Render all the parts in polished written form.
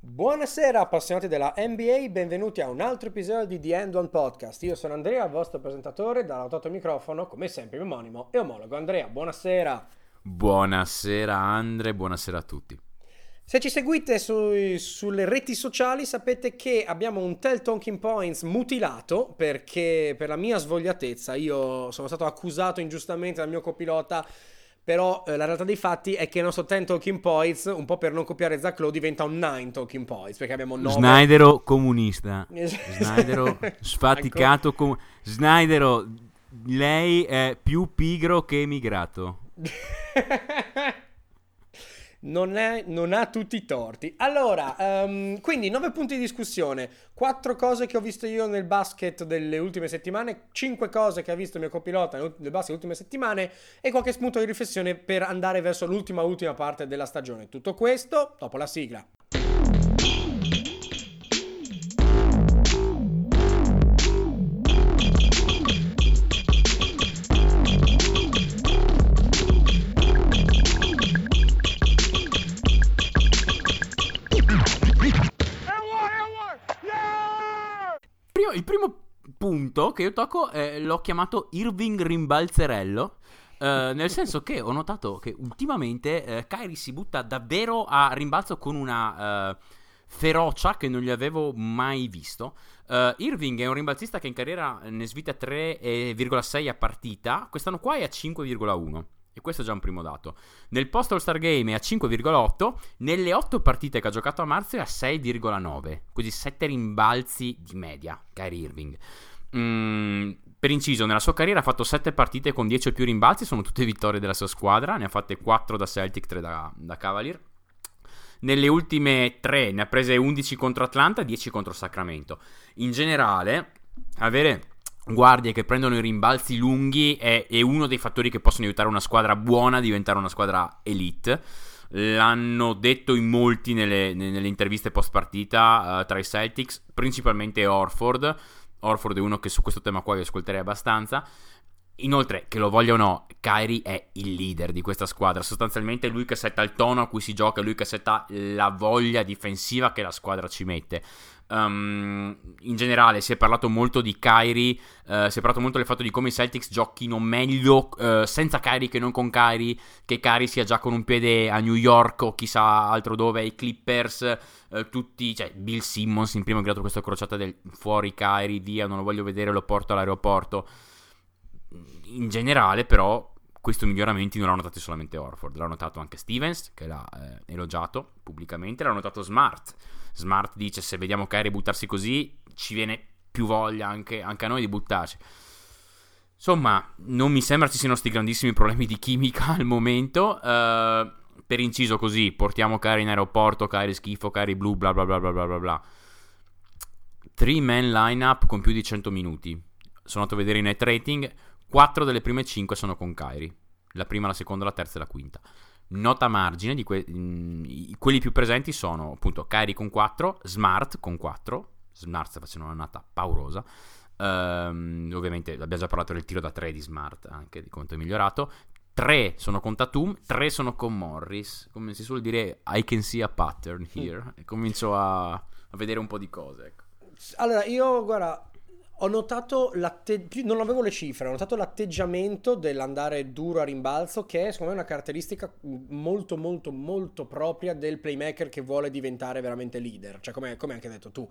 Buonasera appassionati della NBA, benvenuti a un altro episodio di The End One Podcast. Io sono Andrea, il vostro presentatore, dall'automato microfono, come sempre mio omonimo e omologo. Andrea, buonasera. Buonasera Andre, buonasera a tutti. Se ci seguite sulle reti sociali sapete che abbiamo un Tell Talking Points mutilato perché per la mia svogliatezza io sono stato accusato ingiustamente dal mio copilota. Però la realtà dei fatti è che il nostro 10 Talking Points, un po' per non copiare Zach Lowe, diventa un 9 Talking Points, perché abbiamo 9. Snydero comunista. Snydero sfaticato. Snydero, lei è più pigro che emigrato. Non ha tutti i torti. Allora, quindi 9 punti di discussione, 4 cose che ho visto io nel basket delle ultime settimane, 5 cose che ha visto il mio copilota nel basket delle ultime settimane e qualche spunto di riflessione per andare verso l'ultima parte della stagione. Tutto questo dopo la sigla. Il primo punto che io tocco l'ho chiamato Irving rimbalzerello, nel senso che ho notato che ultimamente Kyrie si butta davvero a rimbalzo con una ferocia che non gli avevo mai visto. Irving è un rimbalzista che in carriera ne svita 3,6 a partita, quest'anno qua è a 5,1. E questo è già un primo dato. Nel post All-Star Game è a 5,8. Nelle 8 partite che ha giocato a marzo è a 6,9. Quindi 7 rimbalzi di media Kyrie Irving. Per inciso, nella sua carriera ha fatto 7 partite con 10 o più rimbalzi. Sono tutte vittorie della sua squadra. Ne ha fatte 4 da Celtic, 3 da Cavalier. Nelle ultime 3 ne ha prese 11 contro Atlanta, 10 contro Sacramento. In generale, avere guardie che prendono i rimbalzi lunghi è uno dei fattori che possono aiutare una squadra buona a diventare una squadra elite. L'hanno detto in molti nelle interviste post partita tra i Celtics, principalmente Horford è uno che su questo tema qua vi ascolterei abbastanza. Inoltre, che lo voglia o no, Kyrie è il leader di questa squadra. Sostanzialmente è lui che setta il tono a cui si gioca, è lui che setta la voglia difensiva che la squadra ci mette. In generale si è parlato molto di Kyrie, si è parlato molto del fatto di come i Celtics giochino meglio senza Kyrie che non con Kyrie, che Kyrie sia già con un piede a New York o chissà altro dove, ai Clippers, tutti, cioè Bill Simmons in primo ha creato questa crociata del fuori Kyrie, via, non lo voglio vedere, lo porto all'aeroporto. In generale però questi miglioramenti non l'hanno notati solamente Horford, l'ha notato anche Stevens, che l'ha elogiato pubblicamente, l'ha notato Smart dice: se vediamo Kyrie buttarsi così ci viene più voglia anche a noi di buttarci. Insomma, non mi sembra ci siano sti grandissimi problemi di chimica al momento. Per inciso, così portiamo Kyrie in aeroporto, Kyrie schifo, Kyrie blu, bla bla bla bla bla bla. 3-man lineup con più di 100 minuti. Sono andato a vedere i net rating. 4 delle prime 5 sono con Kyrie, la prima, la seconda, la terza e la quinta. Nota margine di quelli più presenti sono appunto Kyrie con 4, Smart con 4. Smart sta facendo un'annata paurosa. Ovviamente abbiamo già parlato del tiro da 3 di Smart, anche di quanto è migliorato. 3 sono con Tatum, 3 sono con Morris. Come si suol dire, I can see a pattern here. E comincio a vedere un po' di cose, ecco. Allora, io guarda, ho notato non avevo le cifre, ho notato l'atteggiamento dell'andare duro a rimbalzo, che è secondo me una caratteristica molto molto molto propria del playmaker che vuole diventare veramente leader, cioè come anche detto tu.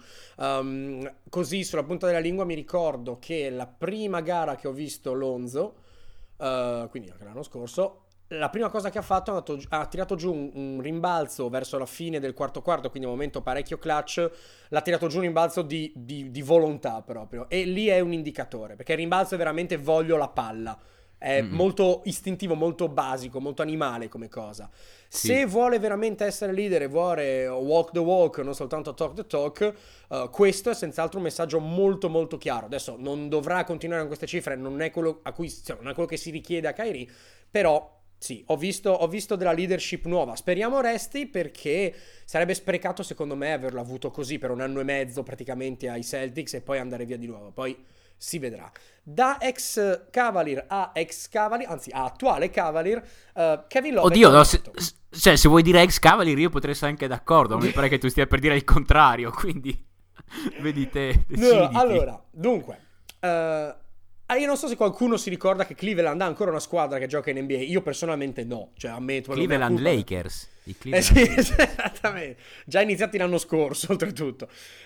Così sulla punta della lingua mi ricordo che la prima gara che ho visto Lonzo, quindi anche l'anno scorso, la prima cosa che ha fatto ha tirato giù un rimbalzo verso la fine del quarto, quindi un momento parecchio clutch. L'ha tirato giù un rimbalzo di volontà proprio, e lì è un indicatore, perché il rimbalzo è veramente voglio la palla, è molto istintivo, molto basico, molto animale come cosa. Sì. Se vuole veramente essere leader e vuole walk the walk, non soltanto talk the talk, questo è senz'altro un messaggio molto molto chiaro. Adesso non dovrà continuare con queste cifre, non è quello non è quello che si richiede a Kyrie, però sì, ho visto della leadership nuova. Speriamo resti, perché sarebbe sprecato secondo me averlo avuto così per un anno e mezzo praticamente ai Celtics e poi andare via di nuovo. Poi si vedrà. Da ex Cavalier a ex Cavalier, anzi a attuale Cavalier, Kevin Love Oddio, no, se vuoi dire ex Cavalier io potrei essere anche d'accordo, ma mi pare che tu stia per dire il contrario, quindi vedi te, deciditi. Allora, dunque, io non so se qualcuno si ricorda che Cleveland ha ancora una squadra che gioca in NBA. Io personalmente no, cioè ammetto. Cleveland Lakers. I Cleveland Lakers. Esattamente. Già iniziati l'anno scorso, oltretutto.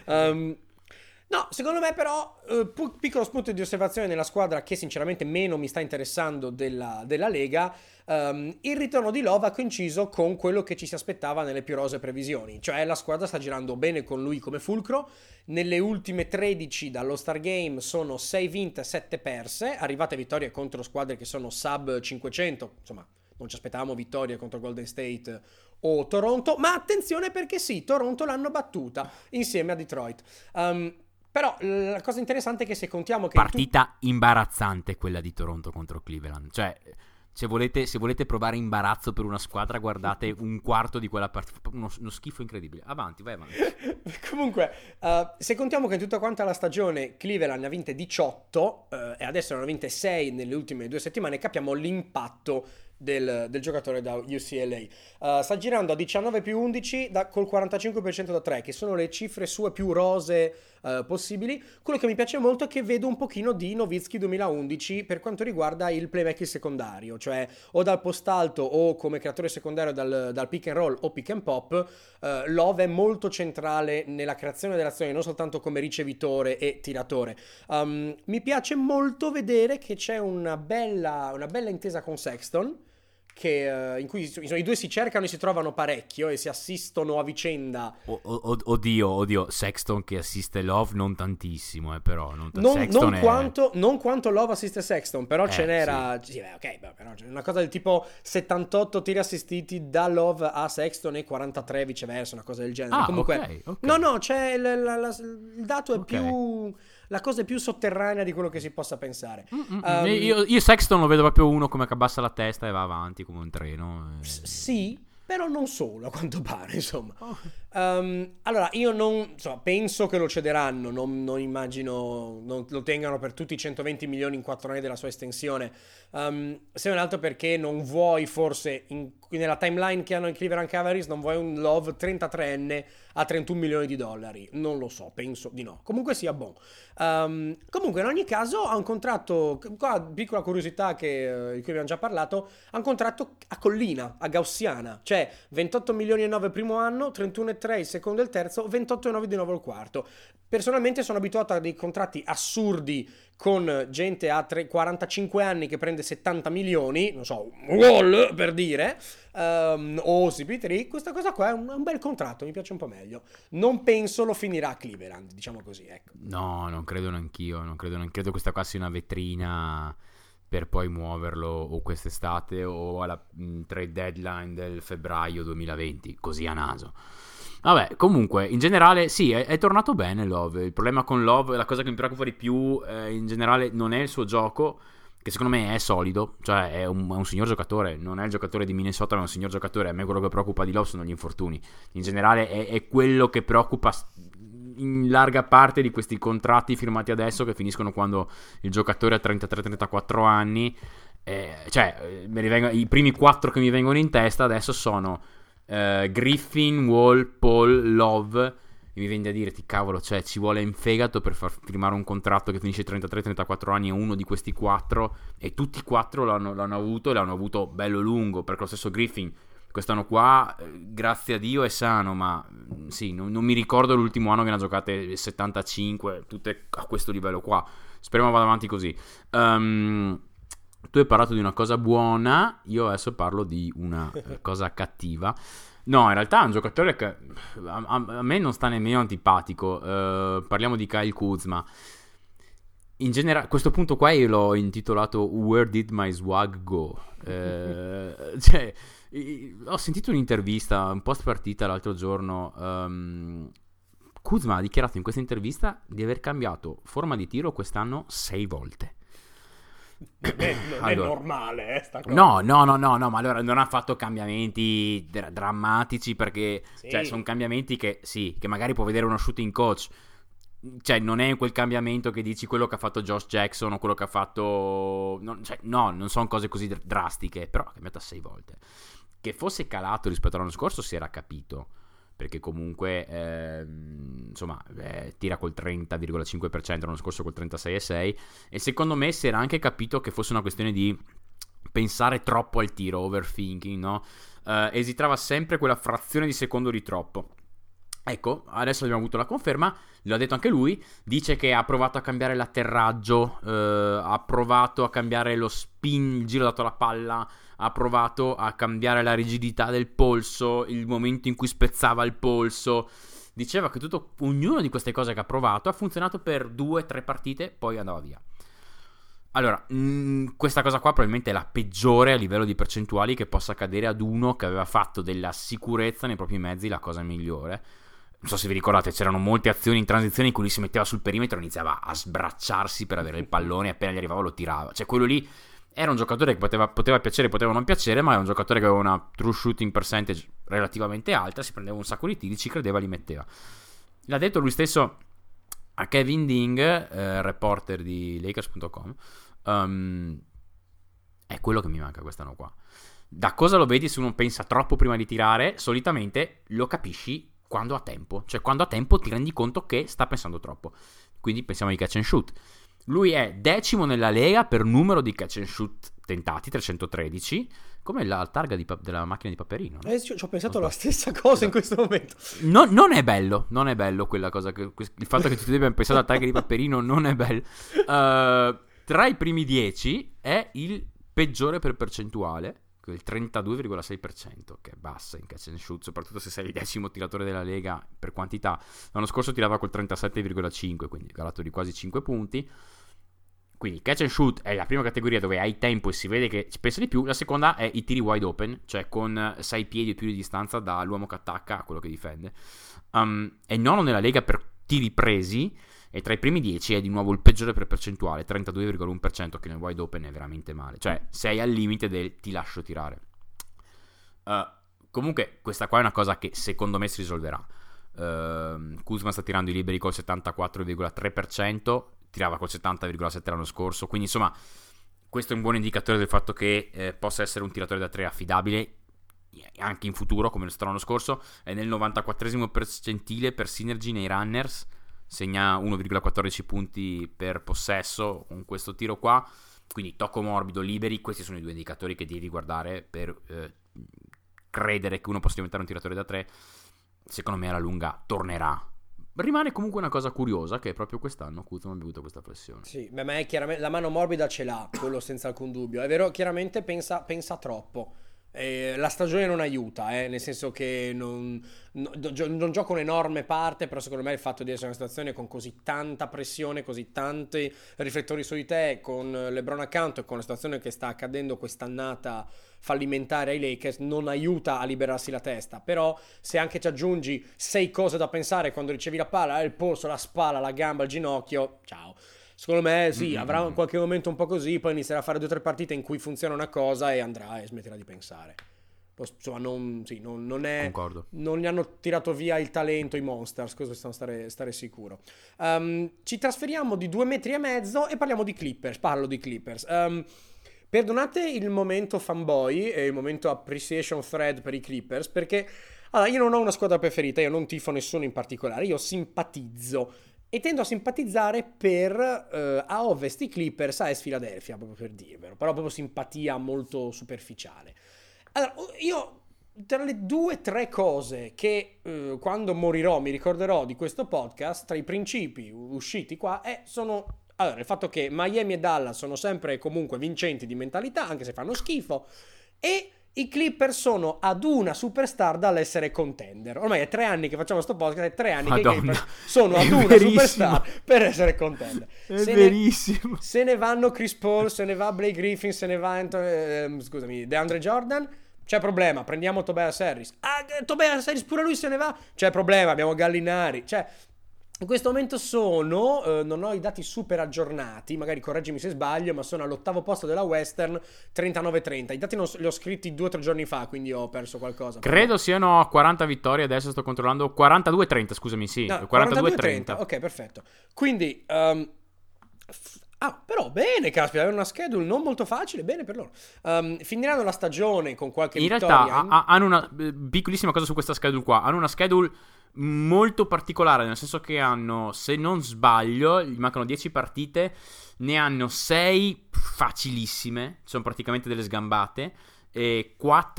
No, secondo me però, piccolo spunto di osservazione nella squadra che sinceramente meno mi sta interessando della Lega, il ritorno di Love ha coinciso con quello che ci si aspettava nelle più rosee previsioni, cioè la squadra sta girando bene con lui come fulcro. Nelle ultime 13 dallo Star Game sono 6 vinte, 7 perse, arrivate vittorie contro squadre che sono sub 500, insomma non ci aspettavamo vittorie contro Golden State o Toronto, ma attenzione perché sì, Toronto l'hanno battuta insieme a Detroit. Però la cosa interessante è che se contiamo che... Partita imbarazzante quella di Toronto contro Cleveland. Cioè, se volete provare imbarazzo per una squadra, guardate un quarto di quella partita. Uno schifo incredibile. Avanti, vai avanti. Comunque, se contiamo che in tutta quanta la stagione Cleveland ne ha vinte 18 e adesso ne hanno vinte 6 nelle ultime 2 settimane, capiamo l'impatto del giocatore da UCLA. Sta girando a 19 più 11 col 45% da 3, che sono le cifre sue più rose possibili. Quello che mi piace molto è che vedo un pochino di Nowitzki 2011 per quanto riguarda il playmaking secondario, cioè o dal post alto o come creatore secondario dal pick and roll o pick and pop. Love è molto centrale nella creazione dell'azione, non soltanto come ricevitore e tiratore. Mi piace molto vedere che c'è una bella intesa con Sexton, in cui i due si cercano e si trovano parecchio e si assistono a vicenda. Oddio, Sexton che assiste Love non tantissimo, però non quanto Love assiste Sexton, però ce n'era sì. Sì, però c'è una cosa del tipo 78 tiri assistiti da Love a Sexton e 43 viceversa, una cosa del genere. Comunque okay. no, c'è il dato è più, la cosa è più sotterranea di quello che si possa pensare. Io Sexton lo vedo proprio uno come che abbassa la testa e va avanti come un treno. Sì, però non solo, a quanto pare, insomma. Allora, io penso che lo cederanno, non immagino non lo tengano per tutti i 120 milioni in 4 anni della sua estensione. Se non altro perché non vuoi forse, nella timeline che hanno in Cleveland Cavaliers, non vuoi un Love 33enne a 31 milioni di dollari. Non lo so, penso di no. Comunque sia buon. Comunque in ogni caso ha un contratto, qua piccola curiosità di cui abbiamo già parlato, ha un contratto a collina, a gaussiana, cioè 28 milioni e 9 il primo anno, 31,3 il secondo e il terzo, 28,9 di nuovo il quarto. Personalmente sono abituato a dei contratti assurdi con gente a 45 anni che prende 70 milioni, non so, Wall per dire, o CP3. Questa cosa qua è un bel contratto, mi piace un po' meglio. Non penso lo finirà a Cleveland, diciamo così, ecco. No, non credo neanch'io, credo questa qua sia una vetrina per poi muoverlo o quest'estate o alla trade deadline del febbraio 2020, così a naso. Vabbè, comunque, in generale, sì, è tornato bene Love. Il problema con Love, la cosa che mi preoccupa di più, in generale, non è il suo gioco, che secondo me è solido, cioè è un signor giocatore, non è il giocatore di Minnesota, ma è un signor giocatore. A me quello che preoccupa di Love sono gli infortuni. In generale è quello che preoccupa in larga parte di questi contratti firmati adesso, che finiscono quando il giocatore ha 33-34 anni. I primi 4 che mi vengono in testa adesso sono Griffin, Wall, Paul, Love. Mi viene da dirti, cavolo, cioè ci vuole in fegato per far firmare un contratto che finisce 33-34 anni a uno di questi 4, e tutti i 4 l'hanno avuto bello lungo, perché lo stesso Griffin quest'anno qua, grazie a Dio, è sano, ma sì, non mi ricordo l'ultimo anno che ne ha giocate 75, tutte a questo livello qua. Speriamo vada avanti così. Tu hai parlato di una cosa buona, io adesso parlo di una cosa cattiva. No, in realtà è un giocatore che a me non sta nemmeno antipatico. Parliamo di Kyle Kuzma. In generale, questo punto qua io l'ho intitolato Where Did My Swag Go? Cioè, ho sentito un'intervista, un post partita l'altro giorno. Kuzma ha dichiarato in questa intervista di aver cambiato forma di tiro quest'anno 6 volte. Non è normale, sta cosa. No, ma allora non ha fatto cambiamenti drammatici, perché sì, cioè, sono cambiamenti che sì, che magari può vedere uno shooting coach. cioè non è quel cambiamento che dici quello che ha fatto Josh Jackson o quello che ha fatto non sono cose così drastiche, però ha cambiato 6 volte. Che fosse calato rispetto all'anno scorso si era capito, perché comunque tira col 30,5%, l'anno scorso col 36,6%, e secondo me si era anche capito che fosse una questione di pensare troppo al tiro, overthinking, no? Esitava sempre quella frazione di secondo di troppo. Ecco, adesso abbiamo avuto la conferma, l'ha detto anche lui, dice che ha provato a cambiare l'atterraggio, ha provato a cambiare lo spin, il giro dato alla palla, ha provato a cambiare la rigidità del polso, il momento in cui spezzava il polso. Diceva che ognuna di queste cose che ha provato ha funzionato per 2-3 partite, poi andava via. Allora, questa cosa qua probabilmente è la peggiore a livello di percentuali che possa accadere ad uno che aveva fatto della sicurezza nei propri mezzi la cosa migliore. Non so se vi ricordate, c'erano molte azioni in transizione in cui lui si metteva sul perimetro e iniziava a sbracciarsi per avere il pallone, appena gli arrivava lo tirava. Cioè quello lì era un giocatore che poteva piacere, poteva non piacere, ma era un giocatore che aveva una true shooting percentage relativamente alta, si prendeva un sacco di tiri, ci credeva e li metteva. L'ha detto lui stesso a Kevin Ding, reporter di Lakers.com. È quello che mi manca quest'anno qua. Da cosa lo vedi se uno pensa troppo prima di tirare? Solitamente lo capisci quando ha tempo. Cioè quando ha tempo ti rendi conto che sta pensando troppo. Quindi pensiamo ai catch and shoot. Lui è 10º nella Lega per numero di catch and shoot tentati, 313, come la targa della macchina di Paperino, no? Ci ho pensato la stessa cosa in questo momento. Non è bello quella cosa, il fatto che tutti abbiamo pensato alla targa di Paperino non è bello. Tra i primi 10 è il peggiore per percentuale, il 32,6%, che è bassa in catch and shoot, soprattutto se sei il 10º tiratore della Lega per quantità. L'anno scorso tirava col 37,5%, quindi calato di quasi 5 punti. Quindi catch and shoot è la prima categoria dove hai tempo e si vede che ci pensa di più. La seconda è i tiri wide open, cioè con 6 piedi o più di distanza dall'uomo che attacca a quello che difende. È nono nella Lega per tiri presi, e tra i primi 10 è di nuovo il peggiore per percentuale, 32,1%, che nel wide open è veramente male. Cioè sei al limite del ti lascio tirare. Comunque questa qua è una cosa che secondo me si risolverà. Kuzma sta tirando i liberi col 74,3%, tirava col 70,7% l'anno scorso, quindi insomma questo è un buon indicatore del fatto che possa essere un tiratore da 3 affidabile anche in futuro, come lo stato l'anno scorso. È nel 94esimo percentile per synergy nei runners, segna 1,14 punti per possesso con questo tiro qua, quindi tocco morbido, liberi. Questi sono i due indicatori che devi guardare per credere che uno possa diventare un tiratore da 3. Secondo me alla lunga tornerà. Rimane comunque una cosa curiosa, che è proprio quest'anno Kuzma ha avuto questa flessione. Sì, beh, ma è chiaramente la mano morbida ce l'ha, quello senza alcun dubbio. È vero, chiaramente pensa troppo. La stagione non aiuta, nel senso che non gioca un'enorme parte, però secondo me il fatto di essere in una situazione con così tanta pressione, così tanti riflettori su di te, con LeBron accanto e con la situazione che sta accadendo quest'annata fallimentare ai Lakers, non aiuta a liberarsi la testa. Però se anche ci aggiungi 6 cose da pensare quando ricevi la palla, il polso, la spalla, la gamba, il ginocchio, ciao. Secondo me sì, avrà qualche momento un po' così, poi inizierà a fare 2 o 3 partite in cui funziona una cosa e andrà e smetterà di pensare. Insomma, non è. Concordo. Non gli hanno tirato via il talento i Monsters, questo stiamo stare sicuro. Ci trasferiamo di 2,5 metri e parliamo di Clippers. Parlo di Clippers. Perdonate il momento fanboy e il momento appreciation thread per i Clippers, perché allora, io non ho una squadra preferita, io non tifo nessuno in particolare, io simpatizzo. E tendo a simpatizzare per a ovest i Clippers, a est Philadelphia, proprio per dirvelo, però proprio simpatia molto superficiale. Allora, io tra le 2 o 3 cose che quando morirò mi ricorderò di questo podcast, tra i principi usciti qua, sono allora il fatto che Miami e Dallas sono sempre e comunque vincenti di mentalità, anche se fanno schifo, e i Clippers sono ad una superstar dall'essere contender. Ormai è 3 anni che facciamo sto podcast, è 3 anni Madonna, che i Clippers sono ad una superstar per essere contender. Verissimo. Se ne vanno Chris Paul, se ne va Blake Griffin, se ne va DeAndre Jordan, c'è problema, prendiamo Tobias Harris. Tobias Harris pure lui se ne va, c'è problema, abbiamo Gallinari. Cioè, In questo momento sono, non ho i dati super aggiornati, magari correggimi se sbaglio, ma sono all'8° posto della Western, 39-30. I dati li ho scritti 2 o 3 giorni fa, quindi ho perso qualcosa. Credo siano a 40 vittorie, adesso sto controllando. 42-30, scusami, sì. No, 42-30. ok, perfetto. Quindi, però bene, caspita, avere una schedule non molto facile, bene per loro. Finiranno la stagione con qualche In vittoria. realtà hanno una piccolissima cosa su questa schedule qua. Hanno una schedule molto particolare, nel senso che hanno, se non sbaglio, gli mancano 10 partite, ne hanno 6 facilissime, sono praticamente delle sgambate, e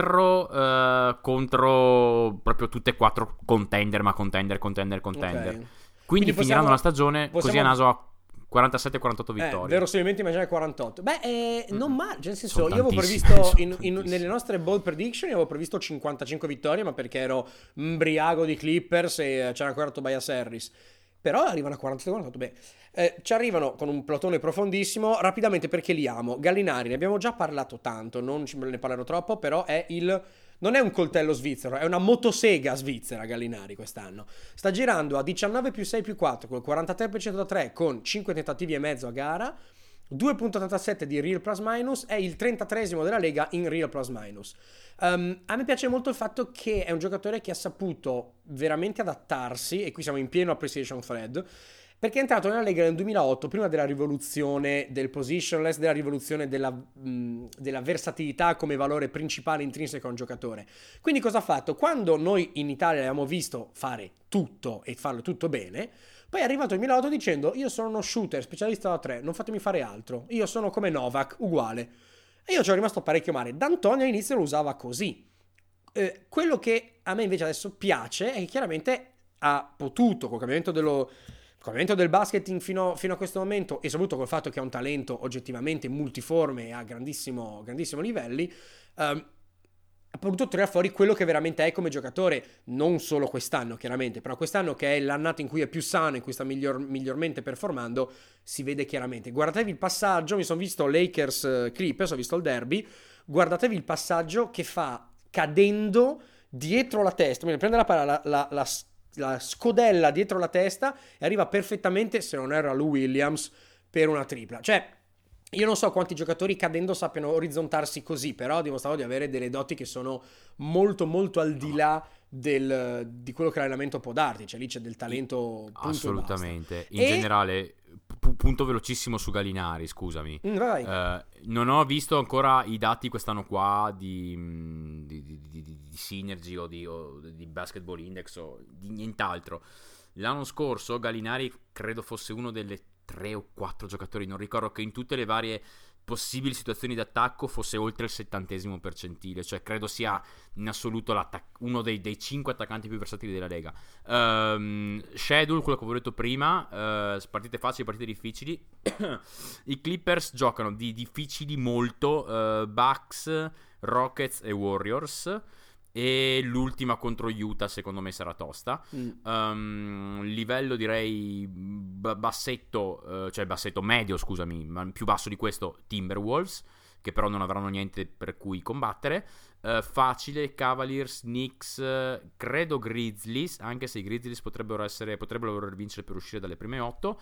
4 contro proprio tutte e 4 contender, ma contender. Ok. Quindi finiranno la stagione così a naso a 47-48 vittorie. Verosimilmente immaginare 48. Non male. Nel senso, Sono io avevo tantissime, previsto nelle nostre bold prediction, io avevo previsto 55 vittorie, ma perché ero mbriago di Clippers e c'era ancora Tobias Harris. Però arrivano a 47-48. Ci arrivano con un plotone profondissimo. Rapidamente, perché li amo. Gallinari, ne abbiamo già parlato tanto, non ne parlerò troppo, però non è un coltello svizzero, è una motosega svizzera Gallinari quest'anno. Sta girando a 19 più 6 più 4 col 43% da 3 con 5 tentativi e mezzo a gara, 2.87 di real plus minus, è il 33esimo della Lega in real plus minus. A me piace molto il fatto che è un giocatore che ha saputo veramente adattarsi, e qui siamo in pieno appreciation thread, perché è entrato nella Lega nel 2008, prima della rivoluzione del positionless, della rivoluzione della versatilità come valore principale intrinseco a un giocatore. Quindi cosa ha fatto? Quando noi in Italia l'abbiamo visto fare tutto e farlo tutto bene, poi è arrivato il 2008 dicendo: io sono uno shooter, specialista da 3, non fatemi fare altro, io sono come Novak, uguale. E io ci ho rimasto parecchio male. D'Antoni all'inizio lo usava così. Quello che a me invece adesso piace è che chiaramente ha potuto, col cambiamento del basket fino a questo momento, e soprattutto col fatto che ha un talento oggettivamente multiforme e a grandissimi livelli, ha potuto tirare fuori quello che veramente è come giocatore, non solo quest'anno chiaramente, però quest'anno, che è l'annata in cui è più sano, in cui sta migliormente performando, si vede chiaramente. Guardatevi il passaggio, mi sono visto Lakers Clippers, ho visto il derby, guardatevi il passaggio che fa cadendo dietro la testa, prende la palla, la scodella dietro la testa e arriva perfettamente, se non era Lou Williams, per una tripla. Cioè, io non so quanti giocatori cadendo sappiano orizzontarsi così, però dimostravo di avere delle doti che sono molto molto al di là di quello che l'allenamento può darti. Cioè lì c'è del talento, punto. Assolutamente. In generale, punto velocissimo su Gallinari, scusami. Vai. Non ho visto ancora i dati quest'anno qua di Synergy o di Basketball Index o di nient'altro. L'anno scorso Gallinari credo fosse uno delle 3 o 4 giocatori, non ricordo, che in tutte le varie possibili situazioni d'attacco fosse oltre il 70° percentile, cioè credo sia in assoluto uno dei 5 attaccanti più versatili della Lega. Schedule, quello che avevo detto prima, partite facili, partite difficili. I Clippers giocano di difficili molto, Bucks, Rockets e Warriors, e l'ultima contro Utah secondo me sarà tosta. Livello direi bassetto, cioè bassetto medio, scusami, ma più basso di questo Timberwolves, che però non avranno niente per cui combattere. Facile Cavaliers, Knicks, credo Grizzlies, anche se i Grizzlies potrebbero vincere per uscire dalle prime 8.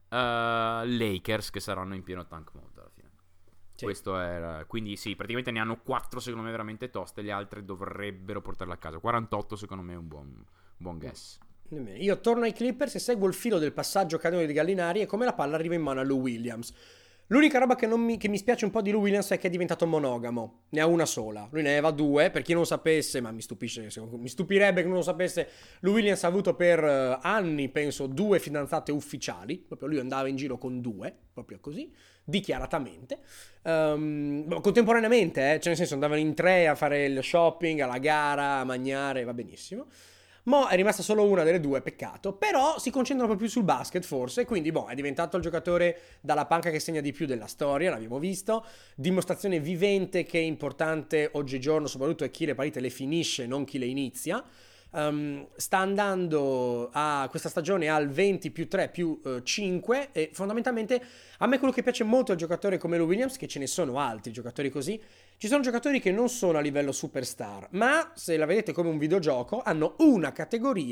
Lakers, che saranno in pieno tank mode alla fine. Sì. Questo era, quindi sì, praticamente ne hanno 4 secondo me veramente toste, le altre dovrebbero portarle a casa. 48 secondo me è un buon guess. Io torno ai Clippers e seguo il filo del passaggio canone di Gallinari, e come la palla arriva in mano a Lou Williams. L'unica roba che mi spiace un po' di Lou Williams è che è diventato monogamo. Ne ha una sola. Lui ne aveva 2. Per chi non sapesse, ma mi stupirebbe che non lo sapesse, Lou Williams ha avuto per anni, penso, 2 fidanzate ufficiali. Proprio lui andava in giro con 2, proprio così, dichiaratamente. Contemporaneamente, cioè nel senso andavano in 3 a fare il shopping, alla gara, a mangiare, va benissimo. Mo' è rimasta solo una delle 2, peccato, però si concentrano proprio sul basket forse, quindi è diventato il giocatore dalla panca che segna di più della storia, l'abbiamo visto, dimostrazione vivente che è importante oggigiorno, soprattutto è chi le partite le finisce, non chi le inizia. Sta andando a questa stagione al 20 più 3 più 5, e fondamentalmente a me quello che piace molto è il giocatore come Lou Williams, che ce ne sono altri giocatori così. Ci sono giocatori che non sono a livello superstar, ma se la vedete come un videogioco hanno una categoria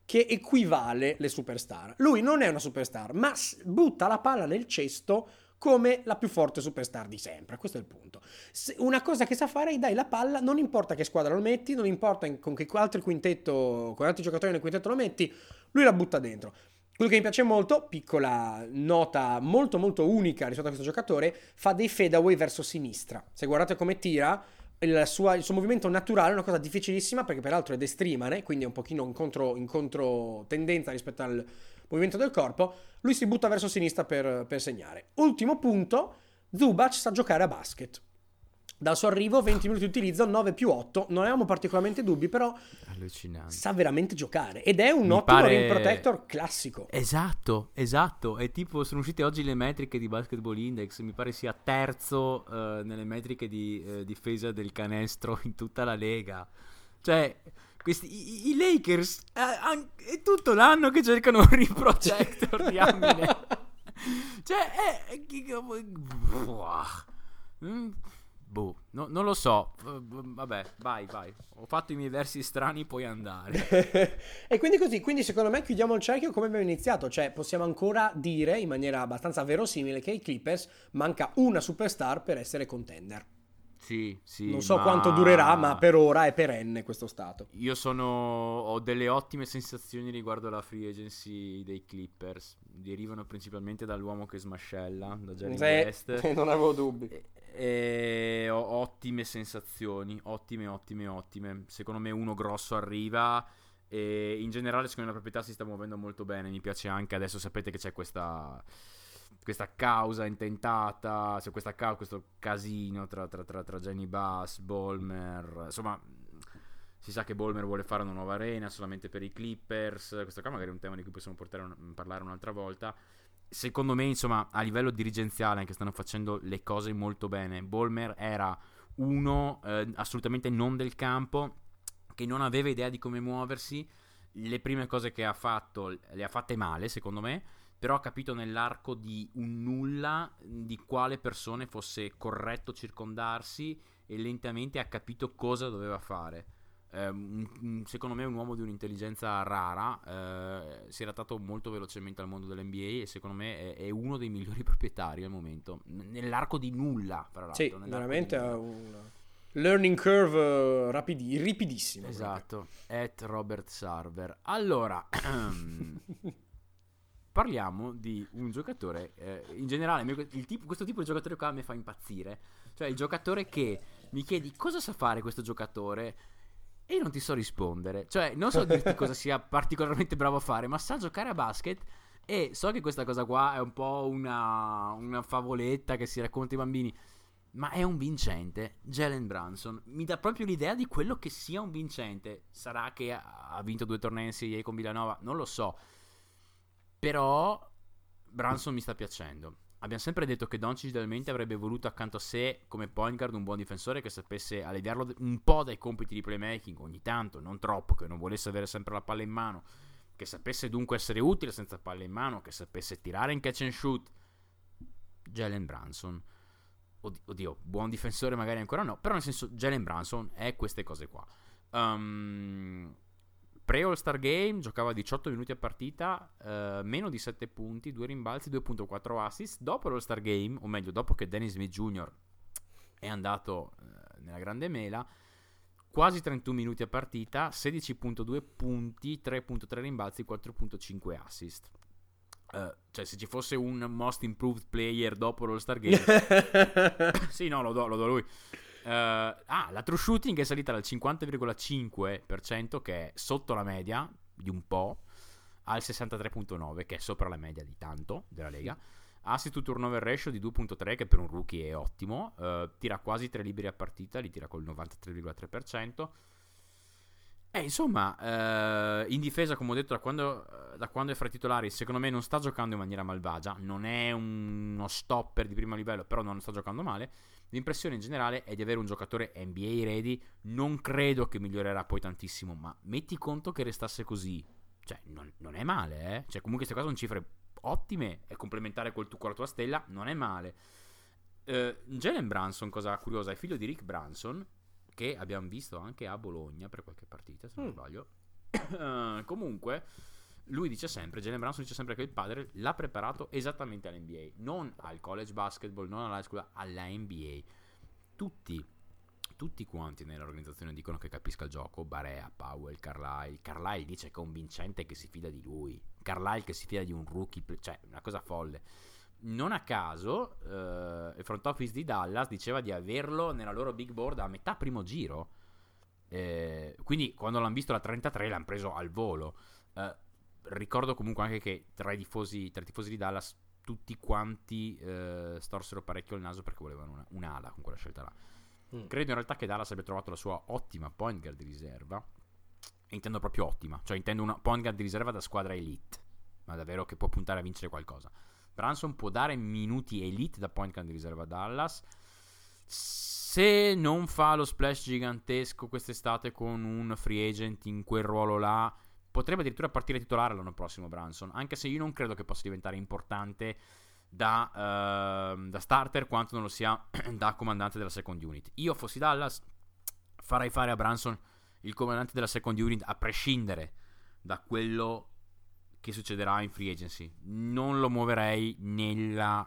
che equivale le superstar. Lui non è una superstar, ma butta la palla nel cesto come la più forte superstar di sempre. Questo è il punto. Una cosa che sa fare è dai la palla, non importa che squadra lo metti, non importa con che altro quintetto, con altri giocatori nel quintetto lo metti, lui la butta dentro. Quello che mi piace molto, piccola nota molto molto unica rispetto a questo giocatore, fa dei fadeaway verso sinistra. Se guardate come tira, il suo movimento naturale è una cosa difficilissima, perché peraltro è destrimane, quindi è un pochino in controtendenza rispetto al movimento del corpo. Lui si butta verso sinistra per segnare. Ultimo punto, Zubac sa giocare a basket. Dal suo arrivo 20 minuti di utilizzo, 9+8, non avevamo particolarmente dubbi, però allucinante, sa veramente giocare ed è un ottimo rim protector classico. Esatto, è tipo, sono uscite oggi le metriche di Basketball Index, mi pare sia terzo nelle metriche di difesa del canestro in tutta la lega. Cioè, i Lakers è tutto l'anno che cercano un rim protector di Amine. Cioè, non lo so. Vabbè, vai. Ho fatto i miei versi strani, puoi andare. E quindi secondo me chiudiamo il cerchio come abbiamo iniziato. Cioè possiamo ancora dire in maniera abbastanza verosimile che ai Clippers manca una superstar per essere contender. Sì, non so quanto durerà, ma per ora è perenne questo stato. Io ho delle ottime sensazioni riguardo alla free agency dei Clippers. Derivano principalmente dall'uomo che smascella, da Jerry West. Non avevo dubbi. E ho ottime sensazioni, ottime. Secondo me uno grosso arriva e in generale secondo me la proprietà si sta muovendo molto bene. Mi piace anche, adesso sapete che c'è questa causa intentata, cioè questo casino tra Jenny Bass, Ballmer, insomma si sa che Ballmer vuole fare una nuova arena solamente per i Clippers. Questo qua magari è un tema di cui possiamo parlare un'altra volta. Secondo me, insomma, a livello dirigenziale anche stanno facendo le cose molto bene. Ballmer era uno assolutamente non del campo, che non aveva idea di come muoversi. Le prime cose che ha fatto le ha fatte male, secondo me, però ha capito nell'arco di un nulla di quale persone fosse corretto circondarsi e lentamente ha capito cosa doveva fare. Secondo me è un uomo di un'intelligenza rara, si è adattato molto velocemente al mondo dell'NBA e secondo me è uno dei migliori proprietari al momento, nell'arco di nulla, fra l'altro. Sì, veramente ha un learning curve rapidissimo. Esatto, Robert Sarver. Allora parliamo di un giocatore, in generale questo tipo di giocatore qua mi fa impazzire, cioè il giocatore che mi chiedi cosa sa fare questo giocatore e io non ti so rispondere, cioè non so dirti cosa sia particolarmente bravo a fare, ma sa giocare a basket. E so che questa cosa qua è un po' una favoletta che si racconta ai bambini, ma è un vincente. Jalen Brunson mi dà proprio l'idea di quello che sia un vincente. Sarà che ha vinto 2 tornei NCAA con Villanova, non lo so, però Brunson mi sta piacendo. Abbiamo sempre detto che Doncic idealmente avrebbe voluto accanto a sé come point guard un buon difensore che sapesse alleviarlo un po' dai compiti di playmaking ogni tanto, non troppo, che non volesse avere sempre la palla in mano, che sapesse dunque essere utile senza palla in mano, che sapesse tirare in catch and shoot. Jalen Brunson, oddio, buon difensore magari ancora no, però nel senso Jalen Brunson è queste cose qua. Pre-All-Star Game giocava 18 minuti a partita, meno di 7 punti, 2 rimbalzi, 2.4 assist. Dopo l'All-Star Game, o meglio dopo che Dennis Smith Jr. è andato nella grande mela, quasi 31 minuti a partita, 16.2 punti, 3.3 rimbalzi, 4.5 assist. Cioè se ci fosse un Most Improved Player dopo l'All-Star Game sì, no, lo do a lui. La true shooting è salita dal 50,5%, che è sotto la media di un po', al 63,9%, che è sopra la media di tanto della Lega. Assist to turnover ratio di 2,3, che per un rookie è ottimo. Tira quasi 3 liberi a partita, li tira col 93,3%. Insomma, in difesa, come ho detto, da quando è fra i titolari, secondo me non sta giocando in maniera malvagia. Non è uno stopper di primo livello, però non sta giocando male. L'impressione in generale è di avere un giocatore NBA ready. Non credo che migliorerà poi tantissimo, ma metti conto che restasse così, cioè non è male, cioè comunque queste cose sono cifre ottime, è complementare con la tua stella, non è male. Jalen Brunson, cosa curiosa, è figlio di Rick Brunson, che abbiamo visto anche a Bologna per qualche partita, se non sbaglio. Comunque, lui dice sempre, Jalen Brunson dice sempre che il padre l'ha preparato esattamente all'NBA, non al college basketball, non alla scuola, alla NBA. Tutti quanti nell'organizzazione dicono che capisca il gioco. Barea, Powell, Carlisle dice che è convincente e che si fida di lui. Carlisle che si fida di un rookie, cioè una cosa folle. Non a caso il front office di Dallas diceva di averlo nella loro big board a metà primo giro, quindi quando l'hanno visto alla 33 l'hanno preso al volo. Ricordo comunque anche che tra i tifosi di Dallas tutti quanti storsero parecchio il naso perché volevano un'ala con quella scelta là. Credo in realtà che Dallas abbia trovato la sua ottima point guard di riserva, e intendo proprio ottima, cioè intendo una point guard di riserva da squadra elite, ma davvero che può puntare a vincere qualcosa. Brunson può dare minuti elite da point guard di riserva a Dallas. Se non fa lo splash gigantesco quest'estate con un free agent in quel ruolo là, potrebbe addirittura partire titolare l'anno prossimo Brunson, anche se io non credo che possa diventare importante da starter quanto non lo sia da comandante della second unit. Io fossi Dallas farei fare a Brunson il comandante della second unit a prescindere da quello che succederà in free agency. Non lo muoverei nella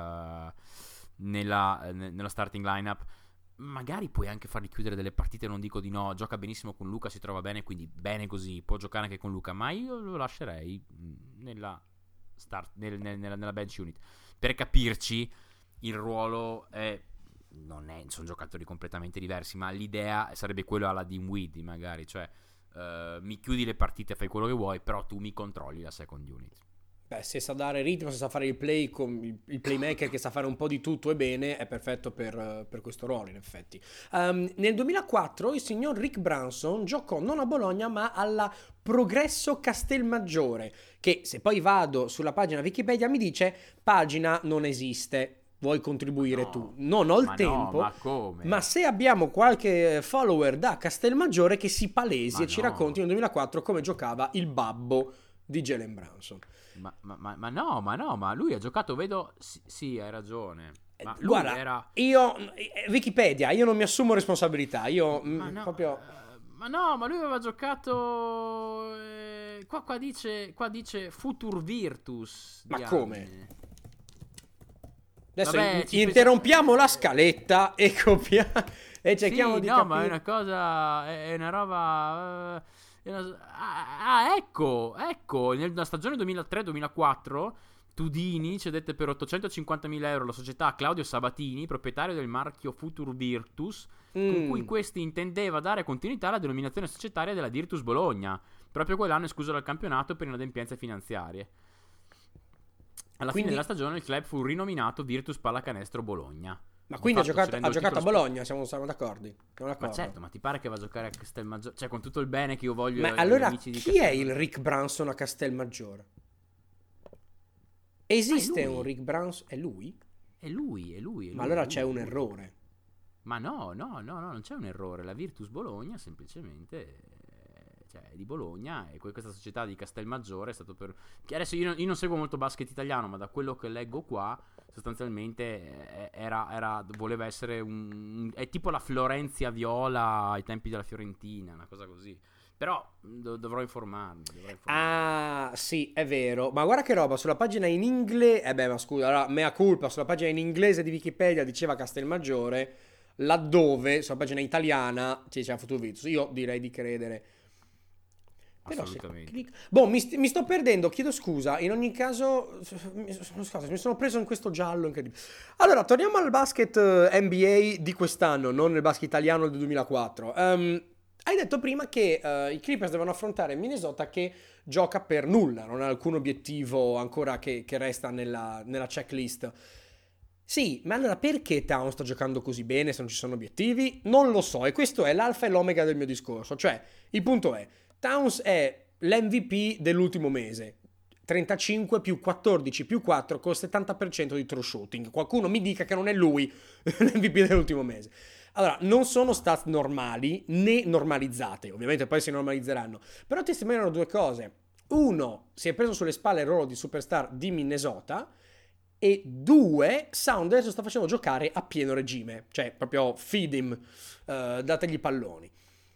starting lineup. Magari puoi anche fargli chiudere delle partite, non dico di no, gioca benissimo con Luka, si trova bene, quindi bene così, può giocare anche con Luka, ma io lo lascerei nella bench unit. Per capirci, il ruolo sono giocatori completamente diversi, ma l'idea sarebbe quello alla Dinwiddie magari, cioè mi chiudi le partite, fai quello che vuoi, però tu mi controlli la second unit. Beh, se sa dare ritmo, se sa fare il play con il playmaker che sa fare un po' di tutto e bene, è perfetto per questo ruolo in effetti. Nel 2004 il signor Rick Brunson giocò non a Bologna ma alla Progresso Castelmaggiore, che se poi vado sulla pagina Wikipedia mi dice pagina non esiste. Vuoi contribuire tu? Non ho il tempo, ma come? Ma se abbiamo qualche follower da Castelmaggiore che si palesi e ci racconti nel 2004 come giocava il babbo di Jalen Brunson. Ma lui ha giocato, vedo, sì, hai ragione. Ma lui guarda, io Wikipedia, io non mi assumo responsabilità, proprio... ma lui aveva giocato qua dice Futur Virtus. Ma come? Adesso interrompiamo la scaletta e copiamo e cerchiamo di capire. Ma è una cosa, è una roba... ecco, nella stagione 2003-2004 Tudini cedette per 850.000 euro la società a Claudio Sabatini, proprietario del marchio Futur Virtus, con cui questi intendeva dare continuità alla denominazione societaria della Virtus Bologna, proprio quell'anno escluso dal campionato per inadempienze finanziarie. Alla fine della stagione il club fu rinominato Virtus Pallacanestro Bologna. Ma quindi ha giocato a Bologna, siamo d'accordo? Ma certo, ma ti pare che va a giocare a Castelmaggiore? Cioè, con tutto il bene che io voglio. Ma allora chi è il Rick Brunson a Castelmaggiore? Esiste un Rick Brunson? È lui? È lui. Ma allora c'è un errore. Ma no, non c'è un errore. La Virtus Bologna semplicemente, cioè, è di Bologna, e questa società di Castelmaggiore è stato per... Che adesso io non seguo molto basket italiano, ma da quello che leggo qua sostanzialmente voleva essere è tipo la Florenzia Viola ai tempi della Fiorentina, una cosa così. Però dovrò informarmi. Ah, sì, è vero. Ma guarda che roba, sulla pagina in inglese... ma scusa, allora, mea culpa, sulla pagina in inglese di Wikipedia diceva Castelmaggiore, laddove sulla pagina italiana ci diceva Futur Virtus. Io direi di credere. Assolutamente. Mi sto perdendo, chiedo scusa. In ogni caso, mi sono preso in questo giallo incredibile. Allora, torniamo al basket NBA di quest'anno, non nel basket italiano del 2004. Hai detto prima che i Clippers devono affrontare Minnesota che gioca per nulla, non ha alcun obiettivo ancora che resta nella checklist. Sì, ma allora perché Towns sta giocando così bene se non ci sono obiettivi? Non lo so, e questo è l'alfa e l'omega del mio discorso. Cioè, il punto è, Towns è l'MVP dell'ultimo mese. 35 più 14 più 4 con il 70% di true shooting. Qualcuno mi dica che non è lui l'MVP dell'ultimo mese. Allora, non sono stats normali né normalizzate, ovviamente poi si normalizzeranno, però testimoniano due cose. Uno, si è preso sulle spalle il ruolo di superstar di Minnesota, e due, Saunders lo sta facendo giocare a pieno regime, cioè proprio feed him, dategli i palloni.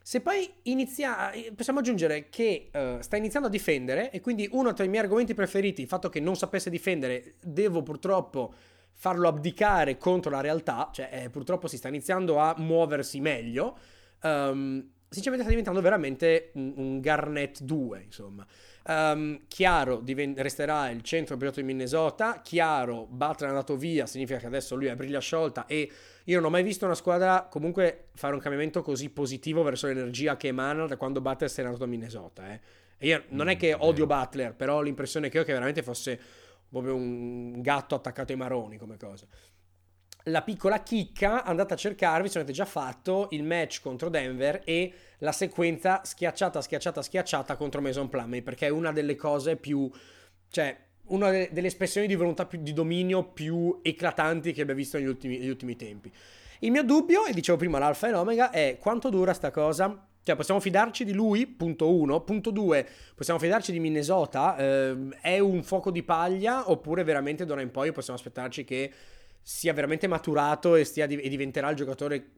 Se poi possiamo aggiungere che sta iniziando a difendere, e quindi uno tra i miei argomenti preferiti, il fatto che non sapesse difendere, devo purtroppo farlo abdicare contro la realtà, cioè purtroppo si sta iniziando a muoversi meglio, sinceramente sta diventando veramente un Garnett 2, insomma. Chiaro resterà il centro pilota di Minnesota, chiaro Butler è andato via, significa che adesso lui è a briglia sciolta, e io non ho mai visto una squadra comunque fare un cambiamento così positivo verso l'energia che emana da quando Butler se n'è andato a Minnesota. E io non è che odio Butler, però l'impressione che ho è che veramente fosse proprio un gatto attaccato ai maroni come cosa. La piccola chicca, andate a cercarvi, se avete già fatto, il match contro Denver e la sequenza schiacciata contro Mason Plumlee, perché è una delle cose più, cioè una delle espressioni di volontà di dominio più eclatanti che abbia visto negli ultimi tempi. Il mio dubbio, e dicevo prima l'alfa e l'omega, è quanto dura sta cosa. Cioè, possiamo fidarci di lui? Punto 1. Punto 2, possiamo fidarci di Minnesota? È un fuoco di paglia? Oppure veramente d'ora in poi possiamo aspettarci che sia veramente maturato e diventerà il giocatore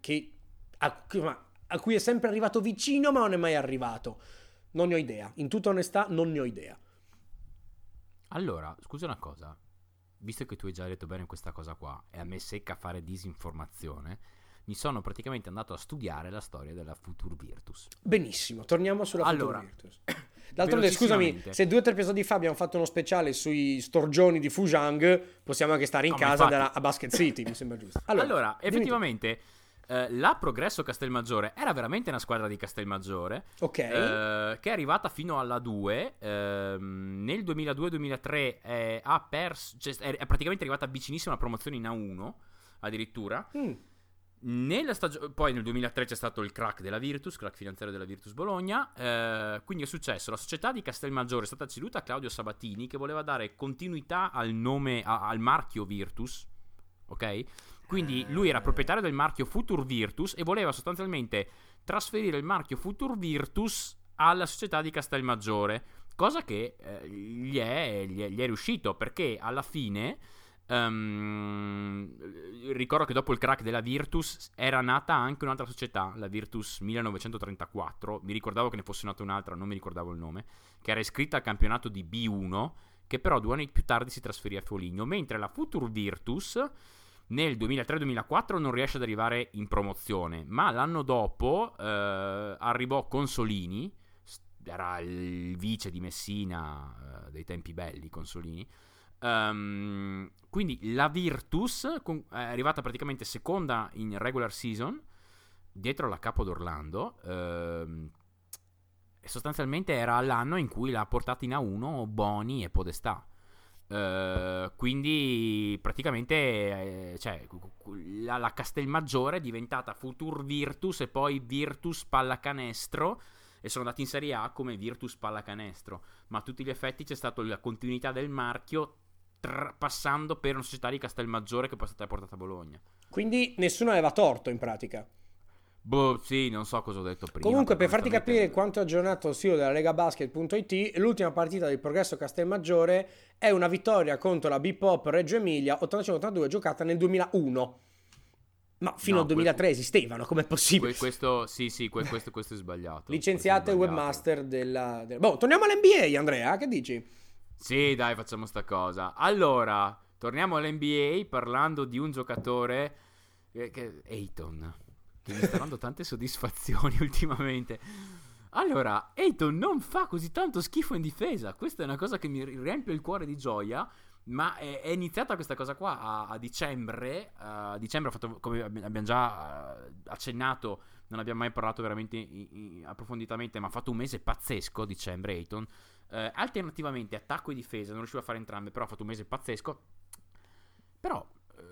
a cui è sempre arrivato vicino ma non è mai arrivato? Non ne ho idea. In tutta onestà non ne ho idea. Allora, scusa una cosa. Visto che tu hai già detto bene questa cosa qua e a me secca fare disinformazione, mi sono praticamente andato a studiare la storia della Future Virtus. Benissimo, torniamo sulla Future Virtus. D'altronde, scusami, se 2 o 3 episodi fa abbiamo fatto uno speciale sui storgioni di Fujang, possiamo anche stare in casa a Basket City, mi sembra giusto. Allora effettivamente la Progresso Castelmaggiore era veramente una squadra di Castelmaggiore, che è arrivata fino alla 2, nel 2002-2003 ha perso, cioè, è praticamente arrivata vicinissima alla promozione in A1 addirittura. Poi nel 2003 c'è stato il crack finanziario della Virtus Bologna, quindi è successo, la società di Castelmaggiore è stata ceduta a Claudio Sabatini, che voleva dare continuità al nome, al marchio Virtus, ok? Quindi lui era proprietario del marchio Future Virtus e voleva sostanzialmente trasferire il marchio Future Virtus alla società di Castelmaggiore, cosa che gli è riuscito, perché alla fine ricordo che dopo il crack della Virtus era nata anche un'altra società, la Virtus 1934. Mi ricordavo che ne fosse nata un'altra, non mi ricordavo il nome, che era iscritta al campionato di B1, che però 2 anni più tardi si trasferì a Foligno, mentre la Future Virtus nel 2003-2004 non riesce ad arrivare in promozione, ma l'anno dopo arrivò Consolini, era il vice di Messina dei tempi belli Consolini. Quindi la Virtus è arrivata praticamente seconda in regular season dietro la Capo d'Orlando, e sostanzialmente era l'anno in cui l'ha portata in A1 Boni e Podestà. Quindi praticamente la Castelmaggiore è diventata Future Virtus e poi Virtus Pallacanestro, e sono andati in Serie A come Virtus Pallacanestro, ma a tutti gli effetti c'è stata la continuità del marchio passando per una società di Castelmaggiore che poi è stata portata a Bologna. Quindi nessuno aveva torto in pratica. Sì, non so cosa ho detto prima. Comunque, per farti capire quanto è aggiornato il sito della Legabasket.it, l'ultima partita del Progresso Castelmaggiore è una vittoria contro la Bipop Reggio Emilia 85-82 giocata nel 2001. Ma fino al 2003 esistevano, com'è possibile? Questo è sbagliato. Licenziato il webmaster della... Boh, torniamo all'NBA, Andrea, che dici? Sì, dai, facciamo sta cosa. Allora, torniamo all'NBA parlando di un giocatore Ayton, che mi sta dando tante soddisfazioni ultimamente. Allora, Ayton non fa così tanto schifo in difesa. Questa è una cosa che mi riempie il cuore di gioia. Ma è iniziata questa cosa qua a dicembre. A dicembre ha fatto, come abbiamo già accennato, non abbiamo mai parlato veramente approfonditamente, ma ha fatto un mese pazzesco dicembre Ayton. Alternativamente attacco e difesa non riusciva a fare entrambe, però ha fatto un mese pazzesco. Però